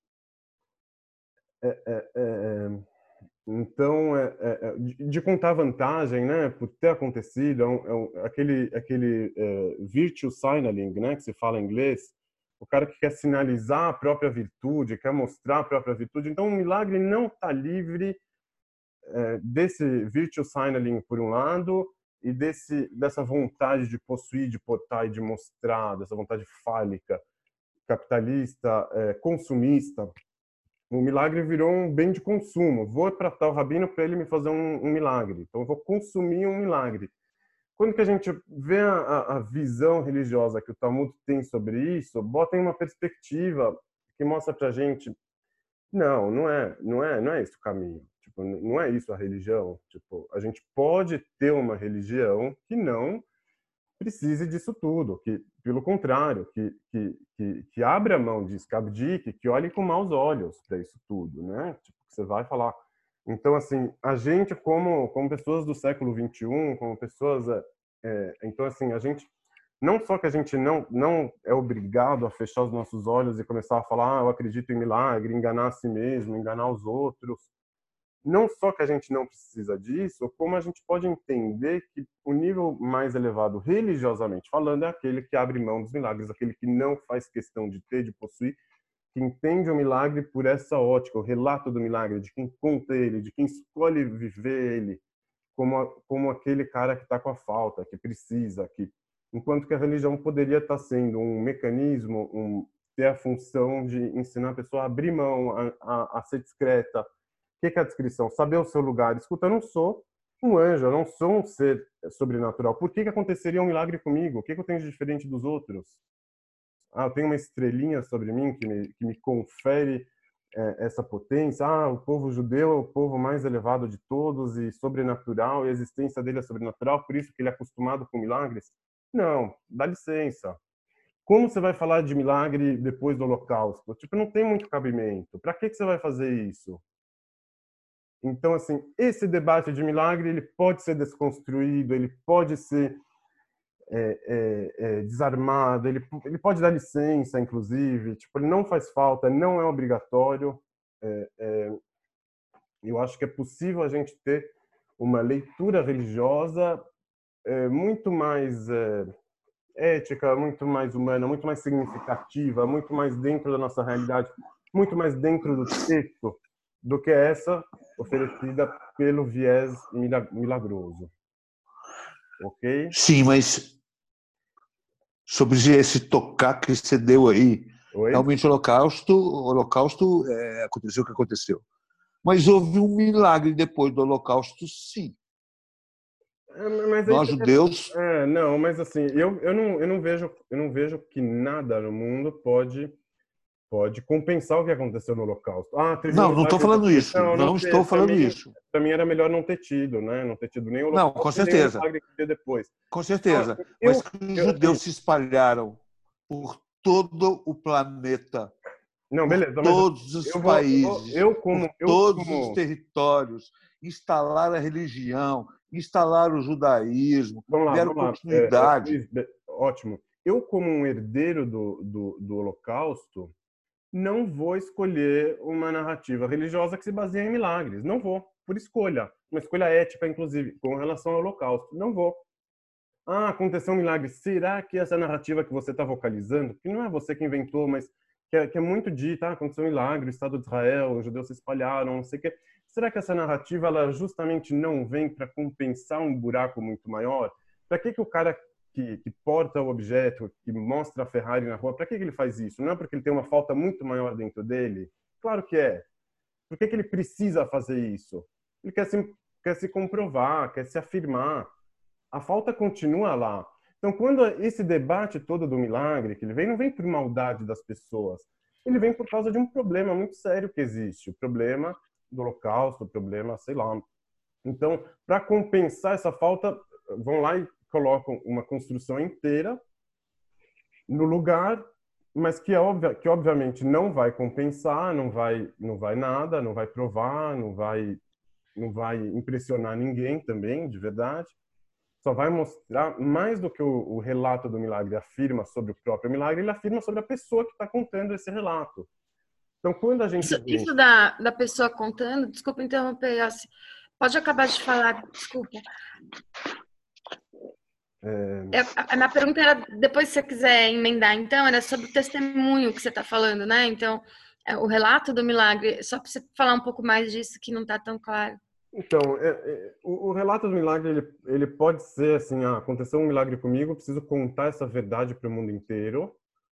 Então, de contar vantagem, né, por ter acontecido, aquele virtue signaling, né, que se fala em inglês, o cara que quer sinalizar a própria virtude, quer mostrar a própria virtude. Então, o milagre não está livre desse virtue signaling, por um lado, e dessa vontade de possuir, de portar e de mostrar, dessa vontade fálica, capitalista, consumista. O milagre virou um bem de consumo. Vou para tal rabino para ele me fazer um milagre. Então, eu vou consumir um milagre. Quando que a gente vê a visão religiosa que o Talmud tem sobre isso, bota em uma perspectiva que mostra para a gente, não é esse o caminho. Tipo, não é isso a religião. Tipo, a gente pode ter uma religião que não precise disso tudo, que pelo contrário, que abra a mão disso, que abdique, que olhe com maus olhos para isso tudo, né? Tipo, você vai falar. Então, assim, a gente como pessoas do século XXI, como pessoas, então assim, a gente não só que a gente não é obrigado a fechar os nossos olhos e começar a falar, eu acredito em milagre, enganar a si mesmo, enganar os outros. Não só que a gente não precisa disso, como a gente pode entender que o nível mais elevado, religiosamente falando, é aquele que abre mão dos milagres, aquele que não faz questão de ter, de possuir, que entende o milagre por essa ótica, o relato do milagre, de quem conta ele, de quem escolhe viver ele, como aquele cara que está com a falta, que precisa, enquanto que a religião poderia estar sendo um mecanismo, ter a função de ensinar a pessoa a abrir mão, a ser discreta. O que é a descrição? Saber o seu lugar. Escuta, eu não sou um anjo, eu não sou um ser sobrenatural. Por que aconteceria um milagre comigo? O que eu tenho de diferente dos outros? Eu tenho uma estrelinha sobre mim que me confere essa potência. O povo judeu é o povo mais elevado de todos e sobrenatural, e a existência dele é sobrenatural, por isso que ele é acostumado com milagres. Não, dá licença. Como você vai falar de milagre depois do Holocausto? Tipo, não tem muito cabimento. Para que você vai fazer isso? Então, assim, esse debate de milagre, ele pode ser desconstruído, ele pode ser desarmado, ele pode dar licença, inclusive. Tipo, ele não faz falta, não é obrigatório. Eu acho que é possível a gente ter uma leitura religiosa muito mais ética, muito mais humana, muito mais significativa, muito mais dentro da nossa realidade, muito mais dentro do texto do que essa oferecida pelo viés milagroso. Ok? Sim, mas sobre esse tocar que você deu aí, Oi? realmente o Holocausto aconteceu o que aconteceu. Mas houve um milagre depois do Holocausto, sim. Mas nós judeus... não, mas assim, eu não vejo que nada no mundo pode compensar o que aconteceu no Holocausto. Não estou falando isso. Não estou falando isso. Para mim era melhor não ter tido, né? Não ter tido nem o Holocausto. Não, com certeza. Nem o milagre que veio depois. Com certeza. Mas os judeus se espalharam por todo o planeta. Não, beleza. Por todos os países, por todos os territórios, instalaram a religião, instalaram o judaísmo, deram continuidade. Ótimo. Eu, como um herdeiro do Holocausto, não vou escolher uma narrativa religiosa que se baseia em milagres. Não vou, por escolha. Uma escolha ética, inclusive, com relação ao Holocausto. Não vou. Aconteceu um milagre. Será que essa narrativa que você está vocalizando, que não é você que inventou, mas que é muito dita, aconteceu um milagre, o Estado de Israel, os judeus se espalharam, não sei o quê. Será que essa narrativa ela justamente não vem para compensar um buraco muito maior? Para que o cara que porta o objeto, que mostra a Ferrari na rua, para que ele faz isso? Não é porque ele tem uma falta muito maior dentro dele? Claro que é. Por que ele precisa fazer isso? Ele quer se comprovar, quer se afirmar. A falta continua lá. Então, quando esse debate todo do milagre que ele vem, não vem por maldade das pessoas. Ele vem por causa de um problema muito sério que existe. O problema do Holocausto, o problema, sei lá. Então, para compensar essa falta, vão lá e colocam uma construção inteira no lugar, mas que obviamente não vai compensar, não vai nada, não vai provar, não vai impressionar ninguém também, de verdade. Só vai mostrar, mais do que o relato do milagre afirma sobre o próprio milagre, ele afirma sobre a pessoa que está contando esse relato. Então, quando a gente... Isso da pessoa contando, desculpa interromper, Yossi, pode acabar de falar, desculpa. A minha pergunta era, depois se você quiser emendar, então, era sobre o testemunho que você está falando, né? Então, o relato do milagre, só para você falar um pouco mais disso, que não está tão claro. Então, o relato do milagre, ele pode ser assim, aconteceu um milagre comigo, preciso contar essa verdade para o mundo inteiro.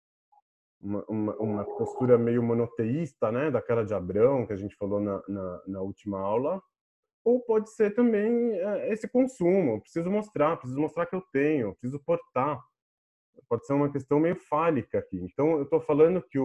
Uma postura meio monoteísta, né? Daquela de Abrão, que a gente falou na última aula. Ou pode ser também esse consumo, preciso mostrar que eu tenho, preciso portar. Pode ser uma questão meio fálica aqui. Então, eu estou falando que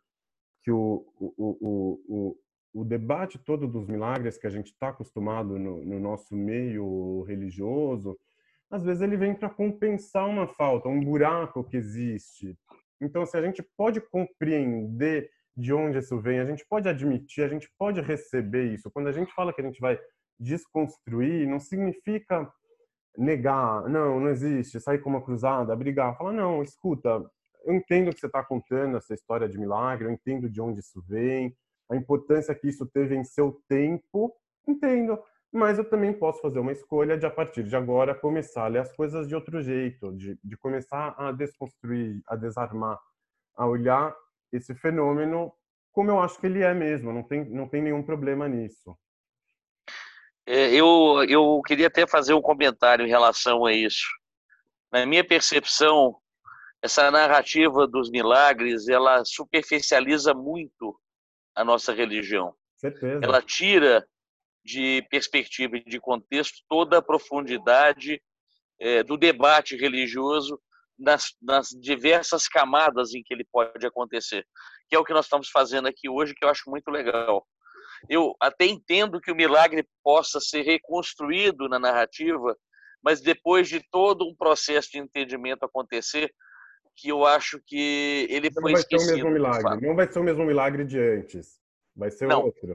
o debate todo dos milagres que a gente está acostumado no nosso meio religioso, às vezes ele vem para compensar uma falta, um buraco que existe. Então, se a gente pode compreender de onde isso vem, a gente pode admitir, a gente pode receber isso. Quando a gente fala que a gente vai desconstruir, não significa negar, não existe, sair com uma cruzada, brigar, falar, não, escuta, eu entendo que você está contando essa história de milagre, eu entendo de onde isso vem, a importância que isso teve em seu tempo, entendo, mas eu também posso fazer uma escolha de, a partir de agora, começar a ler as coisas de outro jeito, de começar a desconstruir, a desarmar, a olhar esse fenômeno como eu acho que ele é mesmo, não tem nenhum problema nisso. Eu queria até fazer um comentário em relação a isso. Na minha percepção, essa narrativa dos milagres, ela superficializa muito a nossa religião. Certeza. Ela tira de perspectiva e de contexto toda a profundidade do debate religioso nas diversas camadas em que ele pode acontecer, que é o que nós estamos fazendo aqui hoje, que eu acho muito legal. Eu até entendo que o milagre possa ser reconstruído na narrativa, mas depois de todo um processo de entendimento acontecer, que eu acho que ele foi esquecido. Não vai ser o mesmo milagre. Não vai ser o mesmo milagre de antes. Vai ser outro.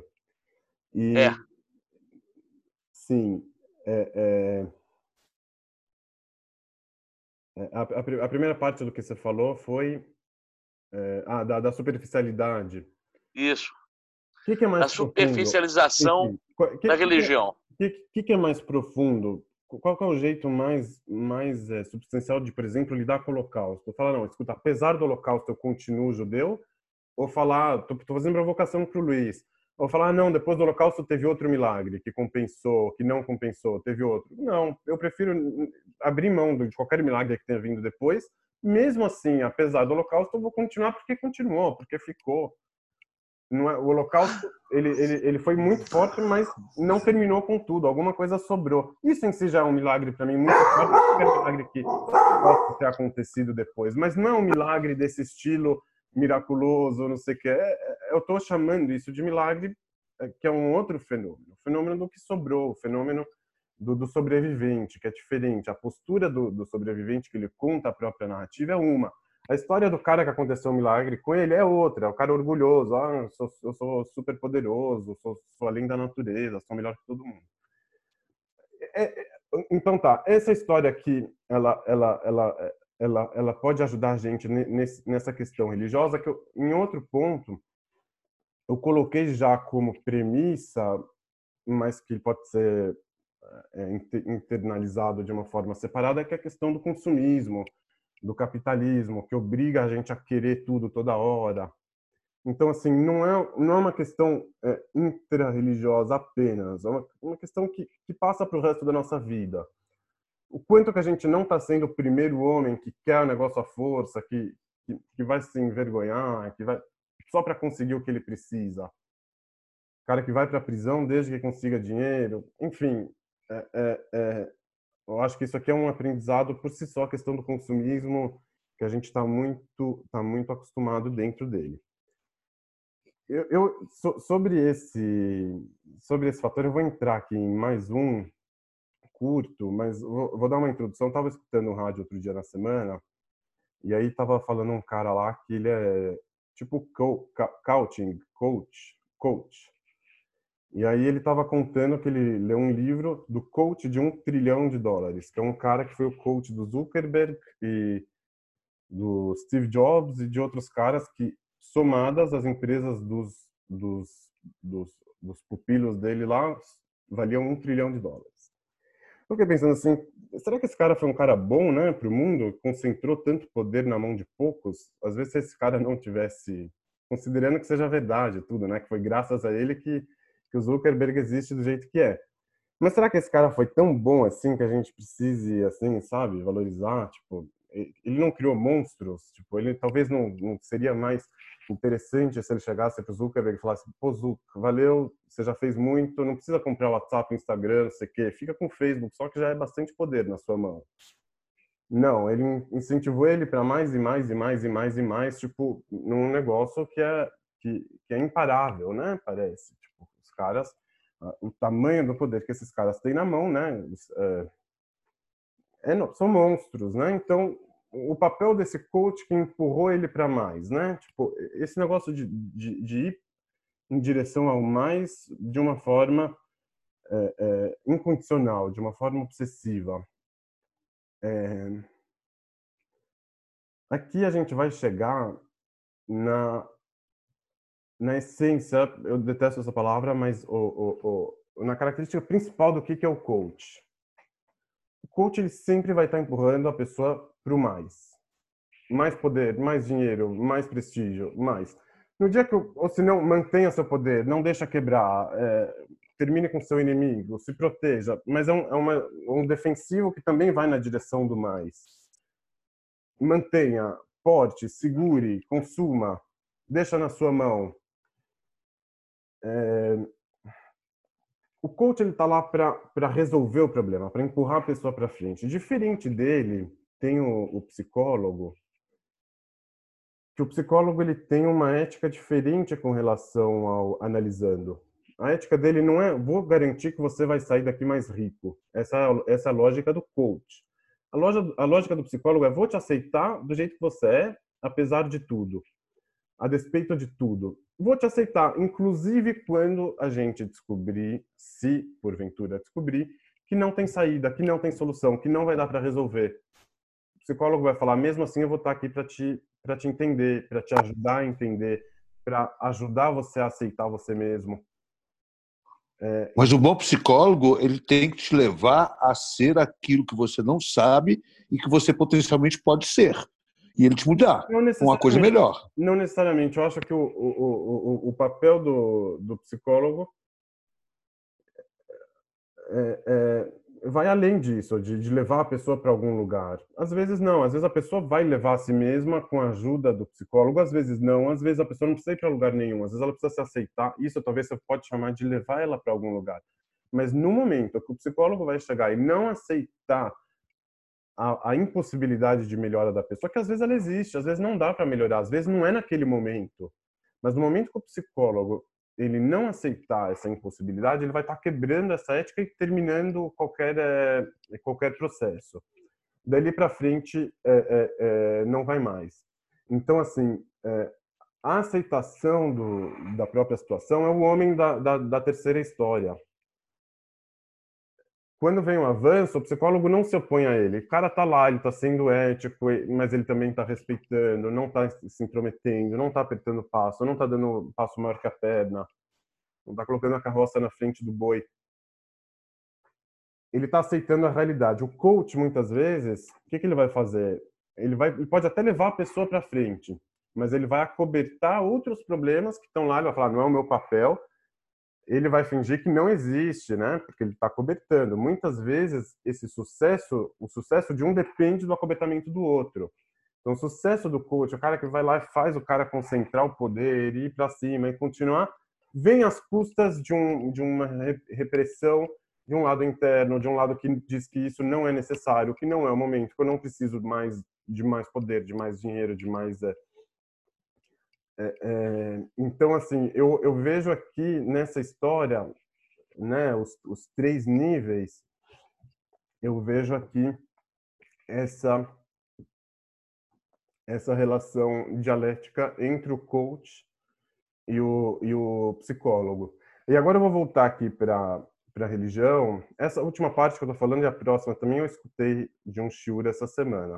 Sim. A primeira parte do que você falou foi da superficialidade. Isso. O que é mais a superficialização da religião. O que é mais profundo? Qual que é o jeito mais substancial de, por exemplo, lidar com o Holocausto? Falar, não, escuta, apesar do Holocausto eu continuo judeu? Ou falar, tô fazendo provocação para o Luiz. Ou falar, não, depois do Holocausto teve outro milagre que compensou, que não compensou, teve outro. Não, eu prefiro abrir mão de qualquer milagre que tenha vindo depois. Mesmo assim, apesar do Holocausto, eu vou continuar porque continuou, porque ficou. Não é, o Holocausto ele foi muito forte, mas não terminou com tudo. Alguma coisa sobrou. Isso em si já é um milagre para mim muito forte. Qualquer milagre que possa ter acontecido depois, mas não é um milagre desse estilo miraculoso, não sei o que. Eu estou chamando isso de milagre, que é um outro fenômeno. O fenômeno do que sobrou, o fenômeno do sobrevivente, que é diferente. A postura do sobrevivente que ele conta a própria narrativa é uma. A história do cara que aconteceu um milagre com ele é outra. É o cara orgulhoso. Eu sou super poderoso, sou além da natureza, sou melhor que todo mundo. Então tá, essa história aqui, ela pode ajudar a gente nessa questão religiosa, que em outro ponto, eu coloquei já como premissa, mas que pode ser internalizado de uma forma separada, que é a questão do consumismo, do capitalismo, que obriga a gente a querer tudo toda hora. Então, assim, não é uma questão intra-religiosa apenas, é uma questão que passa para o resto da nossa vida. O quanto que a gente não está sendo o primeiro homem que quer o negócio à força, que vai se envergonhar, que vai só para conseguir o que ele precisa. O cara que vai para a prisão desde que consiga dinheiro. Enfim, eu acho que isso aqui é um aprendizado por si só, a questão do consumismo, que a gente está muito acostumado dentro dele. Sobre esse fator, eu vou entrar aqui em mais um curto, mas vou dar uma introdução. Estava escutando um rádio outro dia na semana, e aí estava falando um cara lá que ele é tipo coach. E aí ele estava contando que ele leu um livro do coach de $1 trilhão, que é um cara que foi o coach do Zuckerberg e do Steve Jobs e de outros caras que, somadas, as empresas dos pupilos dele lá valiam $1 trilhão. Eu fiquei pensando assim, será que esse cara foi um cara bom, né, para o mundo? Concentrou tanto poder na mão de poucos? Às vezes, se esse cara não tivesse, considerando que seja verdade tudo, né, que foi graças a ele que o Zuckerberg existe do jeito que é. Mas será que esse cara foi tão bom assim que a gente precise, assim, sabe, valorizar? Tipo, ele não criou monstros? Tipo, ele talvez não seria mais interessante se ele chegasse para o Zuckerberg e falasse: pô, Zuc, valeu, você já fez muito, não precisa comprar o WhatsApp, o Instagram, não sei o quê, fica com o Facebook, só que já é bastante poder na sua mão. Não, ele incentivou ele para mais e mais e mais e mais e mais, tipo, num negócio que é imparável, né? Parece. Tipo, os caras, o tamanho do poder que esses caras têm na mão, né? São monstros, né? Então, o papel desse coach que empurrou ele para mais, né? Tipo, esse negócio de ir em direção ao mais de uma forma incondicional, de uma forma obsessiva. Aqui a gente vai chegar na essência, eu detesto essa palavra, mas na característica principal do que é o coach. O coach ele sempre vai estar empurrando a pessoa para o mais. Mais poder, mais dinheiro, mais prestígio, mais. No dia que, ou se não, mantenha seu poder, não deixa quebrar, termine com seu inimigo, se proteja, mas é um defensivo que também vai na direção do mais. Mantenha, porte, segure, consuma, deixa na sua mão. O coach ele está lá para resolver o problema, para empurrar a pessoa para frente. Diferente dele, tem o psicólogo, que o psicólogo ele tem uma ética diferente com relação ao analisando. A ética dele não é, vou garantir que você vai sair daqui mais rico. Essa é a lógica do coach. A lógica do psicólogo é, vou te aceitar do jeito que você é, apesar de tudo, a despeito de tudo. Vou te aceitar, inclusive quando a gente descobrir, se porventura descobrir, que não tem saída, que não tem solução, que não vai dar para resolver. O psicólogo vai falar, mesmo assim eu vou estar aqui para te entender, para te ajudar a entender, para ajudar você a aceitar você mesmo. Mas o bom psicólogo, ele tem que te levar a ser aquilo que você não sabe e que você potencialmente pode ser. E ele te mudar com uma coisa melhor. Não necessariamente. Eu acho que o papel do psicólogo vai além disso, de levar a pessoa para algum lugar. Às vezes não. Às vezes a pessoa vai levar a si mesma com a ajuda do psicólogo. Às vezes não. Às vezes a pessoa não precisa ir para lugar nenhum. Às vezes ela precisa se aceitar. Isso talvez você pode chamar de levar ela para algum lugar. Mas no momento que o psicólogo vai chegar e não aceitar a impossibilidade de melhora da pessoa, que às vezes ela existe, às vezes não dá para melhorar, às vezes não é naquele momento. Mas no momento que o psicólogo ele não aceitar essa impossibilidade, ele vai estar quebrando essa ética e terminando qualquer processo. Dali para frente não vai mais. Então, assim, a aceitação da própria situação é o homem da terceira história. Quando vem um avanço, o psicólogo não se opõe a ele. O cara tá lá, ele tá sendo ético, mas ele também tá respeitando, não tá se intrometendo, não tá apertando o passo, não tá dando passo maior que a perna, não tá colocando a carroça na frente do boi. Ele tá aceitando a realidade. O coach, muitas vezes, o que ele vai fazer? Ele pode até levar a pessoa para frente, mas ele vai acobertar outros problemas que estão lá. Ele vai falar, não é o meu papel. Ele vai fingir que não existe, né? Porque ele está cobertando. Muitas vezes, o sucesso de um depende do acobertamento do outro. Então, o sucesso do coach, o cara que vai lá e faz o cara concentrar o poder, ir para cima e continuar, vem às custas de uma repressão de um lado interno, de um lado que diz que isso não é necessário, que não é o momento, que eu não preciso de mais poder, de mais dinheiro, de mais... Então, assim, eu vejo aqui nessa história, né, os três níveis, eu vejo aqui essa relação dialética entre o coach e o psicólogo. E agora eu vou voltar aqui para a religião. Essa última parte que eu estou falando e a próxima também eu escutei de um shiur essa semana.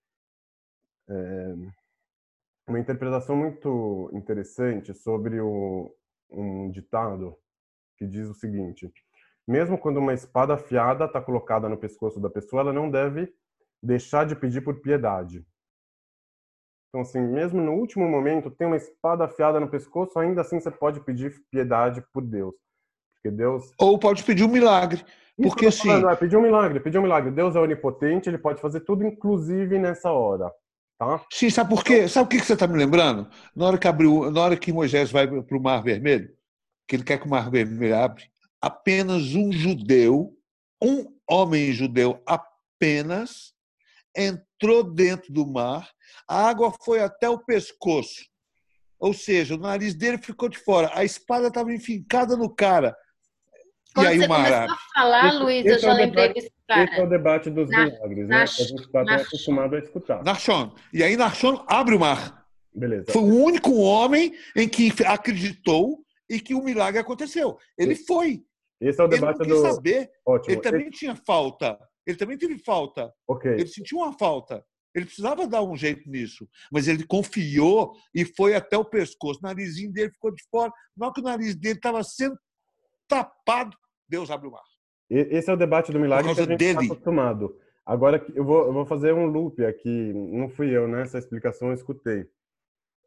Uma interpretação muito interessante sobre um ditado que diz o seguinte: mesmo quando uma espada afiada está colocada no pescoço da pessoa, ela não deve deixar de pedir por piedade. Então, assim, mesmo no último momento, tem uma espada afiada no pescoço, ainda assim você pode pedir piedade por Deus. Porque Deus... Ou pode pedir um milagre. Porque assim... pedir um milagre. Deus é onipotente, ele pode fazer tudo, inclusive nessa hora. Tá? Sim, sabe por quê? Sabe o que você está me lembrando? Na hora que Moisés vai para o Mar Vermelho, que ele quer que o Mar Vermelho abre, apenas um homem judeu apenas, entrou dentro do mar, a água foi até o pescoço. Ou seja, o nariz dele ficou de fora, a espada estava enfincada no cara. Quando e aí você o mar começou abre. a falar, Luiz, eu já lembrei desse cara. Esse é o debate dos milagres, né? Que a gente está acostumado a escutar. Nachshon. E aí Nachshon abre o mar. Beleza. Foi o único homem em que acreditou e que o milagre aconteceu. Ele foi. Esse é o debate ele não quis saber. Ótimo. Ele também tinha falta. Ele também teve falta. Okay. Ele sentiu uma falta. Ele precisava dar um jeito nisso. Mas ele confiou e foi até o pescoço. O narizinho dele ficou de fora. Na hora que o nariz dele estava sendo tapado, Deus abre o mar. Esse é o debate do milagre que a gente está acostumado. Agora, eu vou fazer um loop aqui. Não fui eu, né? Essa explicação eu escutei.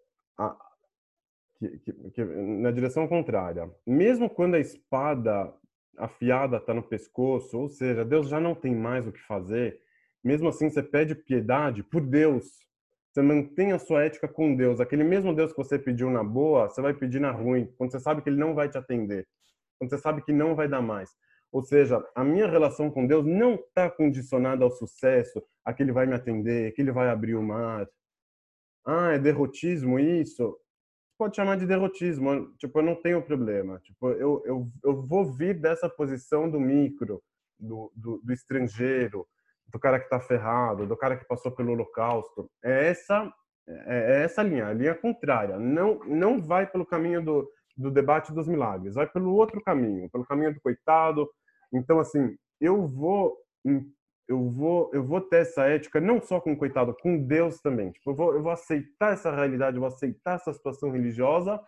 Na direção contrária. Mesmo quando a espada a fiada está no pescoço, ou seja, Deus já não tem mais o que fazer. Mesmo assim, você pede piedade por Deus. Você mantém a sua ética com Deus. Aquele mesmo Deus que você pediu na boa, você vai pedir na ruim, quando você sabe que ele não vai te atender, quando você sabe que não vai dar mais. Ou seja, a minha relação com Deus não está condicionada ao sucesso, a que ele vai me atender, que ele vai abrir o mar. Ah, é derrotismo isso? Pode chamar de derrotismo, tipo, eu não tenho problema. Tipo, eu vou vir dessa posição do micro, do estrangeiro, do cara que está ferrado, do cara que passou pelo Holocausto. É essa linha, a linha contrária. Não vai pelo caminho do debate dos milagres, vai pelo outro caminho, pelo caminho do coitado. Então, assim, eu vou ter essa ética não só com o coitado, com Deus também. Tipo, eu vou aceitar essa realidade, eu vou aceitar essa situação religiosa.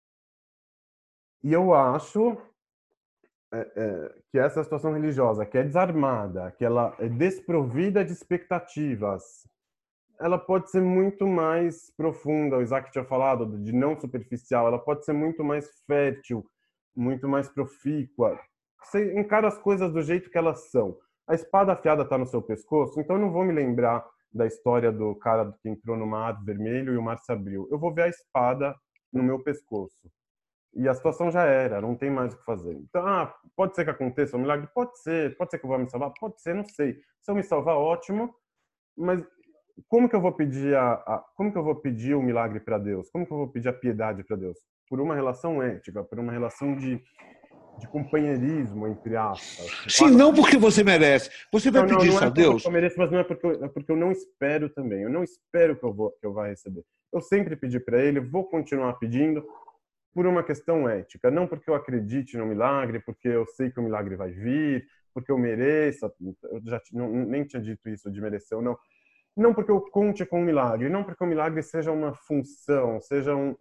E eu acho que essa situação religiosa, que é desarmada, que ela é desprovida de expectativas, ela pode ser muito mais profunda. O Isaac tinha falado de não superficial. Ela pode ser muito mais fértil, muito mais profícua. Você encara as coisas do jeito que elas são. A espada afiada está no seu pescoço, então eu não vou me lembrar da história do cara que entrou no mar vermelho e o mar se abriu. Eu vou ver a espada no meu pescoço. E a situação já era, não tem mais o que fazer. Então, pode ser que aconteça um milagre? Pode ser que eu vá me salvar? Pode ser, não sei. Se eu me salvar, ótimo, mas como que eu vou pedir como que eu vou pedir o milagre para Deus? Como que eu vou pedir a piedade para Deus? Por uma relação ética, por uma relação de companheirismo, entre aspas. Sim, não porque você merece. Você vai pedir isso a Deus? Eu mereço, mas não é porque eu não espero também. Eu não espero que eu vá receber. Eu sempre pedi para ele, vou continuar pedindo por uma questão ética. Não porque eu acredite no milagre, porque eu sei que o milagre vai vir, porque eu mereça. Eu já nem tinha dito isso de merecer ou não. Não porque eu conte com o milagre, não porque o milagre seja uma função, seja um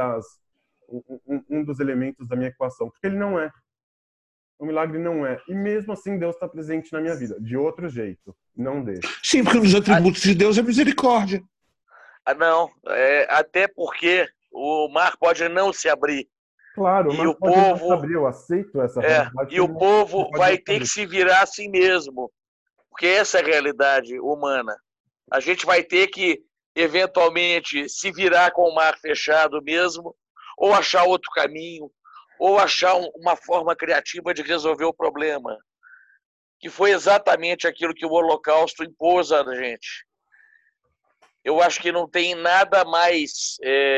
dos elementos da minha equação, porque ele não é. O milagre não é. E mesmo assim Deus está presente na minha vida, de outro jeito, não desse. Sim, porque nos atributos de Deus é misericórdia. Não, até porque o mar pode não se abrir. Claro, e o povo não se abrir, eu aceito essa realidade. E o povo vai ter que se virar a si mesmo, porque essa é a realidade humana. A gente vai ter que, eventualmente, se virar com o mar fechado mesmo, ou achar outro caminho, ou achar uma forma criativa de resolver o problema, que foi exatamente aquilo que o Holocausto impôs a gente. Eu acho que não tem nada mais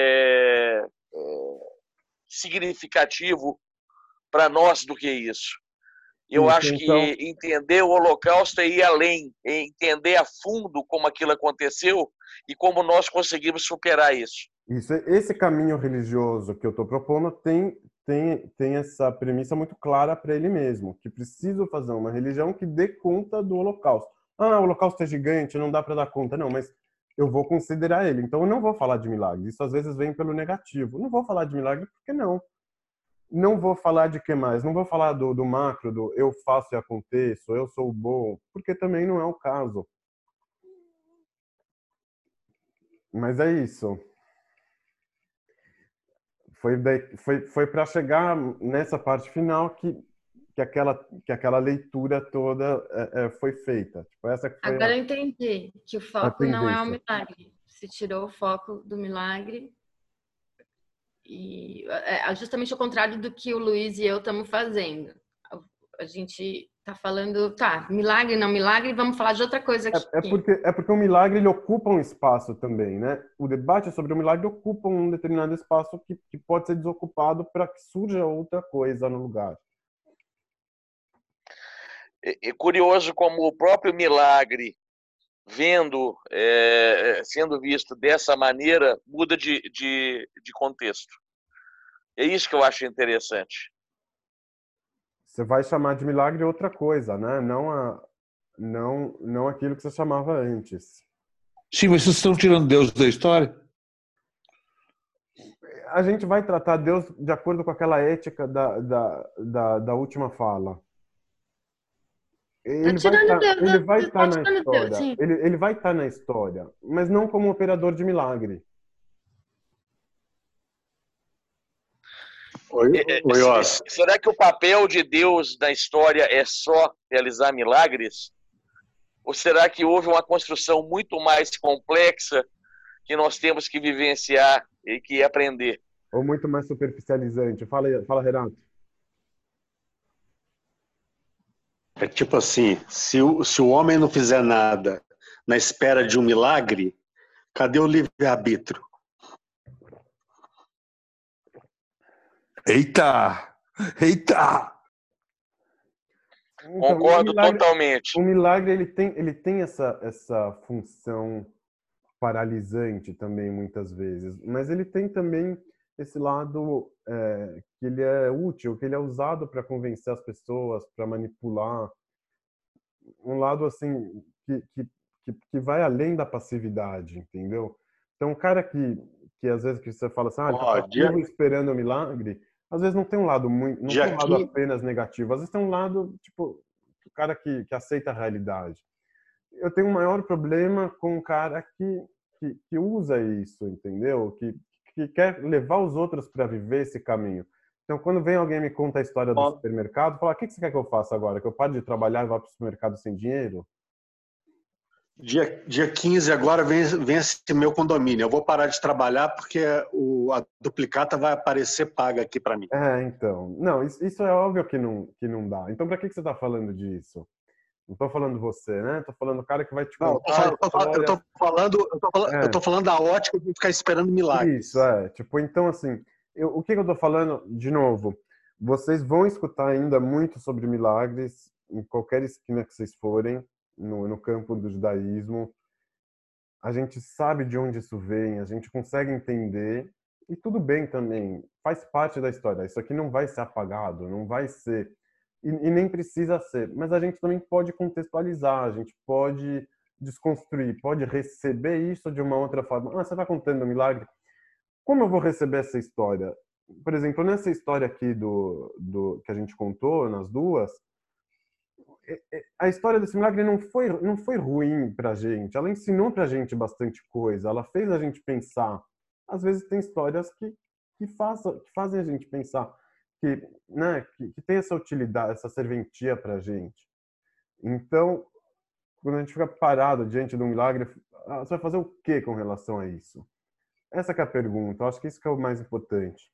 significativo para nós do que isso. Eu acho que entender o Holocausto é ir além, é entender a fundo como aquilo aconteceu e como nós conseguimos superar isso. Esse caminho religioso que eu estou propondo tem essa premissa muito clara para ele mesmo, que preciso fazer uma religião que dê conta do Holocausto. O Holocausto é gigante, não dá para dar conta. Não, mas eu vou considerar ele. Então eu não vou falar de milagre. Isso às vezes vem pelo negativo. Não vou falar de milagre porque não. Não vou falar de que mais? Não vou falar do macro, do eu faço e aconteço, eu sou bom, porque também não é o caso. Mas é isso. Foi para chegar nessa parte final que aquela leitura toda foi feita. Tipo, essa que foi Agora eu entendi que o foco não é o milagre. Se tirou o foco do milagre. E é justamente o contrário do que o Luiz e eu estamos fazendo. A gente está falando, milagre, não milagre, vamos falar de outra coisa aqui. É porque o milagre ele ocupa um espaço também, né? O debate sobre o milagre ocupa um determinado espaço que pode ser desocupado para que surja outra coisa no lugar. É curioso como o próprio milagre, sendo visto dessa maneira, muda de contexto. É isso que eu acho interessante. Você vai chamar de milagre outra coisa, né? Não aquilo que você chamava antes. Sim, mas vocês estão tirando Deus da história? A gente vai tratar Deus de acordo com aquela ética da última fala. Ele vai estar na história. Ele vai estar na história, mas não como operador de milagre. Oi, Ossi. Será que o papel de Deus na história é só realizar milagres? Ou será que houve uma construção muito mais complexa que nós temos que vivenciar e que aprender? Ou muito mais superficializante? Fala, Renato. É tipo assim, se o homem não fizer nada na espera de um milagre, cadê o livre-arbítrio? Eita! Eita! Então, Concordo totalmente. O milagre ele tem essa função paralisante também muitas vezes, mas ele tem também esse lado que ele é útil, que ele é usado para convencer as pessoas, para manipular, um lado assim que vai além da passividade, entendeu? Então, o cara que às vezes que você fala assim, ele tá passivo esperando o milagre, às vezes não tem um lado não tem um lado apenas negativo, às vezes tem um lado tipo o cara que aceita a realidade. Eu tenho um maior problema com um cara que usa isso, entendeu? Que quer levar os outros para viver esse caminho. Então, quando vem alguém e me conta a história do supermercado, fala, o que você quer que eu faça agora? Que eu pare de trabalhar e vá para o supermercado sem dinheiro? Dia 15 agora vence meu condomínio. Eu vou parar de trabalhar porque a duplicata vai aparecer paga aqui para mim. Então. Não, isso é óbvio que não dá. Então, para que você está falando disso? Não estou falando você, né? Estou falando o cara que vai te contar. Eu tô falando da ótica de ficar esperando milagres. Isso, Tipo, então, assim, o que eu estou falando, de novo, vocês vão escutar ainda muito sobre milagres em qualquer esquina que vocês forem, no campo do judaísmo. A gente sabe de onde isso vem, a gente consegue entender, e tudo bem também, faz parte da história. Isso aqui não vai ser apagado, não vai ser, e nem precisa ser, mas a gente também pode contextualizar, a gente pode desconstruir, pode receber isso de uma outra forma. Você está contando um milagre? Como eu vou receber essa história? Por exemplo, nessa história aqui do que a gente contou, nas duas, a história desse milagre não foi ruim pra gente. Ela ensinou pra gente bastante coisa. Ela fez a gente pensar. Às vezes tem histórias que fazem a gente pensar, que tem essa utilidade, essa serventia pra gente. Então, quando a gente fica parado diante de um milagre, você vai fazer o que com relação a isso? Essa que é a pergunta. Eu acho que isso que é o mais importante.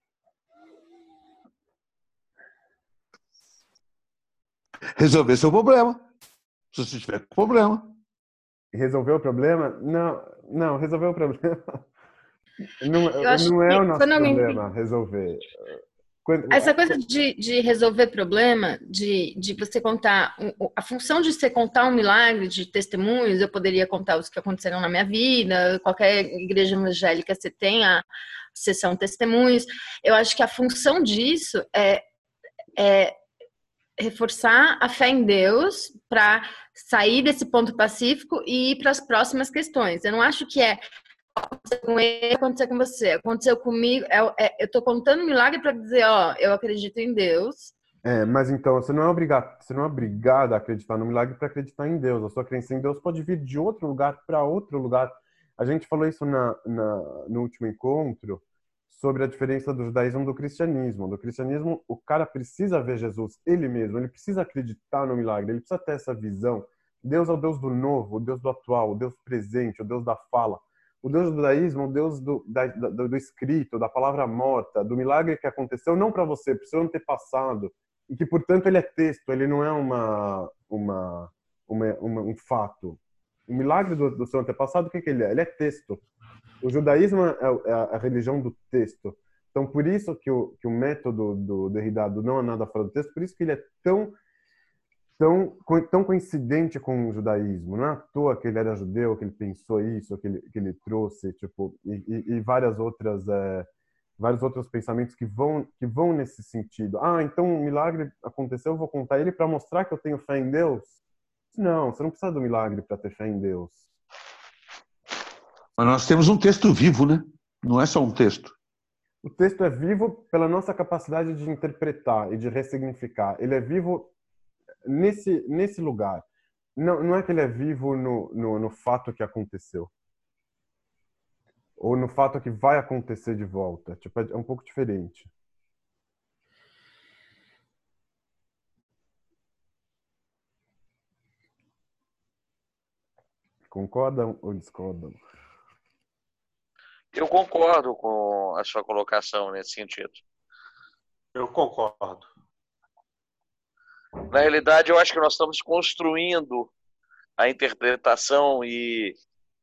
Resolver seu problema. Se você tiver problema. Resolver o problema? Não, resolver o problema não é o nosso problema resolver. Essa coisa de resolver problema, de você contar, a função de você contar um milagre de testemunhos, eu poderia contar os que aconteceram na minha vida, qualquer igreja evangélica você tem a sessão testemunhos. Eu acho que a função disso é reforçar a fé em Deus para sair desse ponto pacífico e ir para as próximas questões. Eu não acho que aconteceu com ele, aconteceu com você, aconteceu comigo. Eu estou contando um milagre para dizer, eu acredito em Deus. Mas então, você não é obrigado a acreditar no milagre para acreditar em Deus. A sua crença em Deus pode vir de outro lugar para outro lugar. A gente falou isso no último encontro, sobre a diferença do judaísmo e do cristianismo. Do cristianismo, o cara precisa ver Jesus ele mesmo, ele precisa acreditar no milagre, ele precisa ter essa visão. Deus é o Deus do novo, o Deus do atual, o Deus presente, o Deus da fala. O Deus do judaísmo é o Deus do escrito, da palavra morta, do milagre que aconteceu não para você, para o seu antepassado, e que, portanto, ele é texto, ele não é um fato. O milagre do seu antepassado, o que ele é? Ele é texto. O judaísmo é a religião do texto. Então, por isso que o método do Derrida não é nada fora do texto, por isso que ele é tão coincidente com o judaísmo. Não é à toa que ele era judeu, que ele pensou isso, que ele trouxe, tipo, e vários outros pensamentos que vão nesse sentido. Então um milagre aconteceu, eu vou contar ele para mostrar que eu tenho fé em Deus? Não, você não precisa do milagre para ter fé em Deus. Mas nós temos um texto vivo, né? Não é só um texto. O texto é vivo pela nossa capacidade de interpretar e de ressignificar. Ele é vivo nesse lugar. Não é que ele é vivo no fato que aconteceu. Ou no fato que vai acontecer de volta. Tipo, é um pouco diferente. concordam ou discordam? Eu concordo com a sua colocação nesse sentido. Eu concordo. Na realidade, eu acho que nós estamos construindo a interpretação e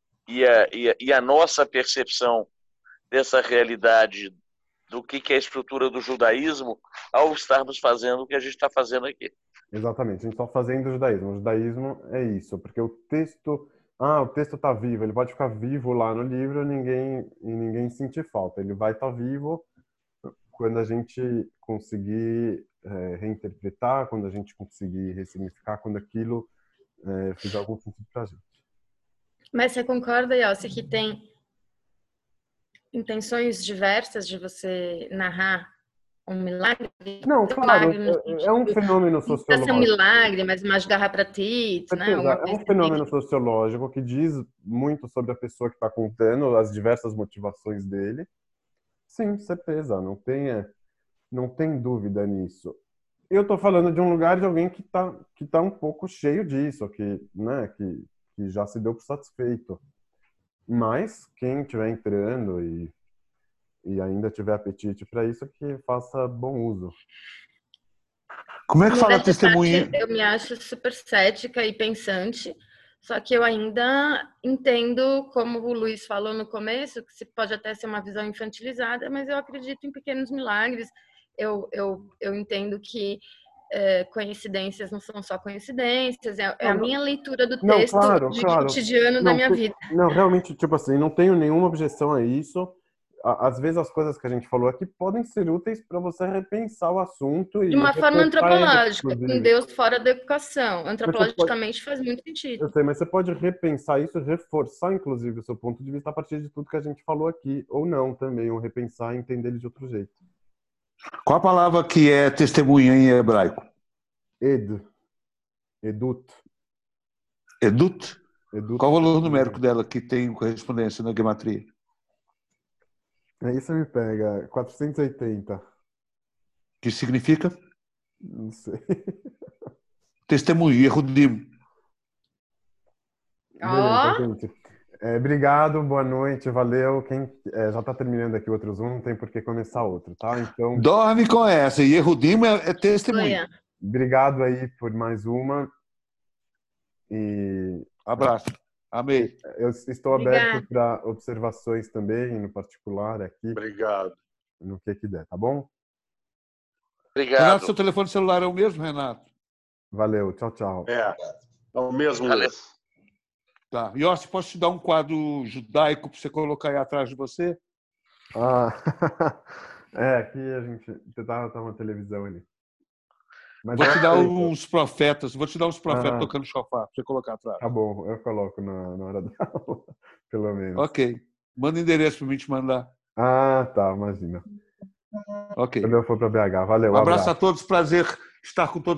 a nossa percepção dessa realidade do que é a estrutura do judaísmo ao estarmos fazendo o que a gente está fazendo aqui. Exatamente, a gente está fazendo o judaísmo. O judaísmo é isso, porque o texto está vivo, ele pode ficar vivo lá no livro e ninguém sentir falta. Ele vai estar vivo quando a gente conseguir reinterpretar, quando a gente conseguir ressignificar, quando aquilo fizer algum sentido para a gente. Mas você concorda, Yossi, que tem intenções diversas de você narrar um milagre? Não, claro, é um fenômeno Não precisa ser um sociológico. milagre, mas uma garra para tits, né? É um fenômeno sociológico que diz muito sobre a pessoa que está contando, as diversas motivações dele. Sim, certeza, não tem dúvida nisso. Eu estou falando de um lugar de alguém que tá um pouco cheio disso, né, que já se deu por satisfeito. Mas quem estiver entrando e ainda tiver apetite para isso, que faça bom uso. Como é que fala testemunha? Eu me acho super cética e pensante, só que eu ainda entendo, como o Luiz falou no começo, que pode até ser uma visão infantilizada, mas eu acredito em pequenos milagres. Eu entendo que coincidências não são só coincidências, a minha leitura do texto cotidiano da minha vida. Não, realmente, tipo assim, não tenho nenhuma objeção a isso. Às vezes as coisas que a gente falou aqui podem ser úteis para você repensar o assunto. De uma forma antropológica, com Deus fora da educação. Antropologicamente faz muito sentido. Eu sei, mas você pode repensar isso, reforçar, inclusive, o seu ponto de vista a partir de tudo que a gente falou aqui, ou não também, ou repensar e entender ele de outro jeito. Qual a palavra que é testemunha em hebraico? Edut. Edut? Qual o valor numérico dela que tem correspondência na gematria? Isso me pega. 480. Que significa? Não sei. Testemunho, Yehudim. Beleza, gente. Obrigado, boa noite, valeu. Quem já está terminando aqui outro Zoom, não tem por que começar outro, tá? Então, dorme com essa. Yehudim é testemunho. Obrigado aí por mais uma. E abraço. Amei. Eu estou aberto para observações também, no particular aqui. Obrigado. No que der, tá bom? Obrigado. Renato, seu telefone celular é o mesmo, Renato? Valeu, tchau, tchau. É o mesmo. Valeu. Tá. Yossi, posso te dar um quadro judaico para você colocar aí atrás de você? Aqui a gente tá uma televisão ali. Mas vou te dar uns profetas tocando chofar, para você colocar atrás. Tá bom, eu coloco na hora da aula, pelo menos. Ok. Manda endereço para mim te mandar. Tá, imagina. Ok. Quando eu for para BH. Valeu, um abraço a todos, prazer estar com todos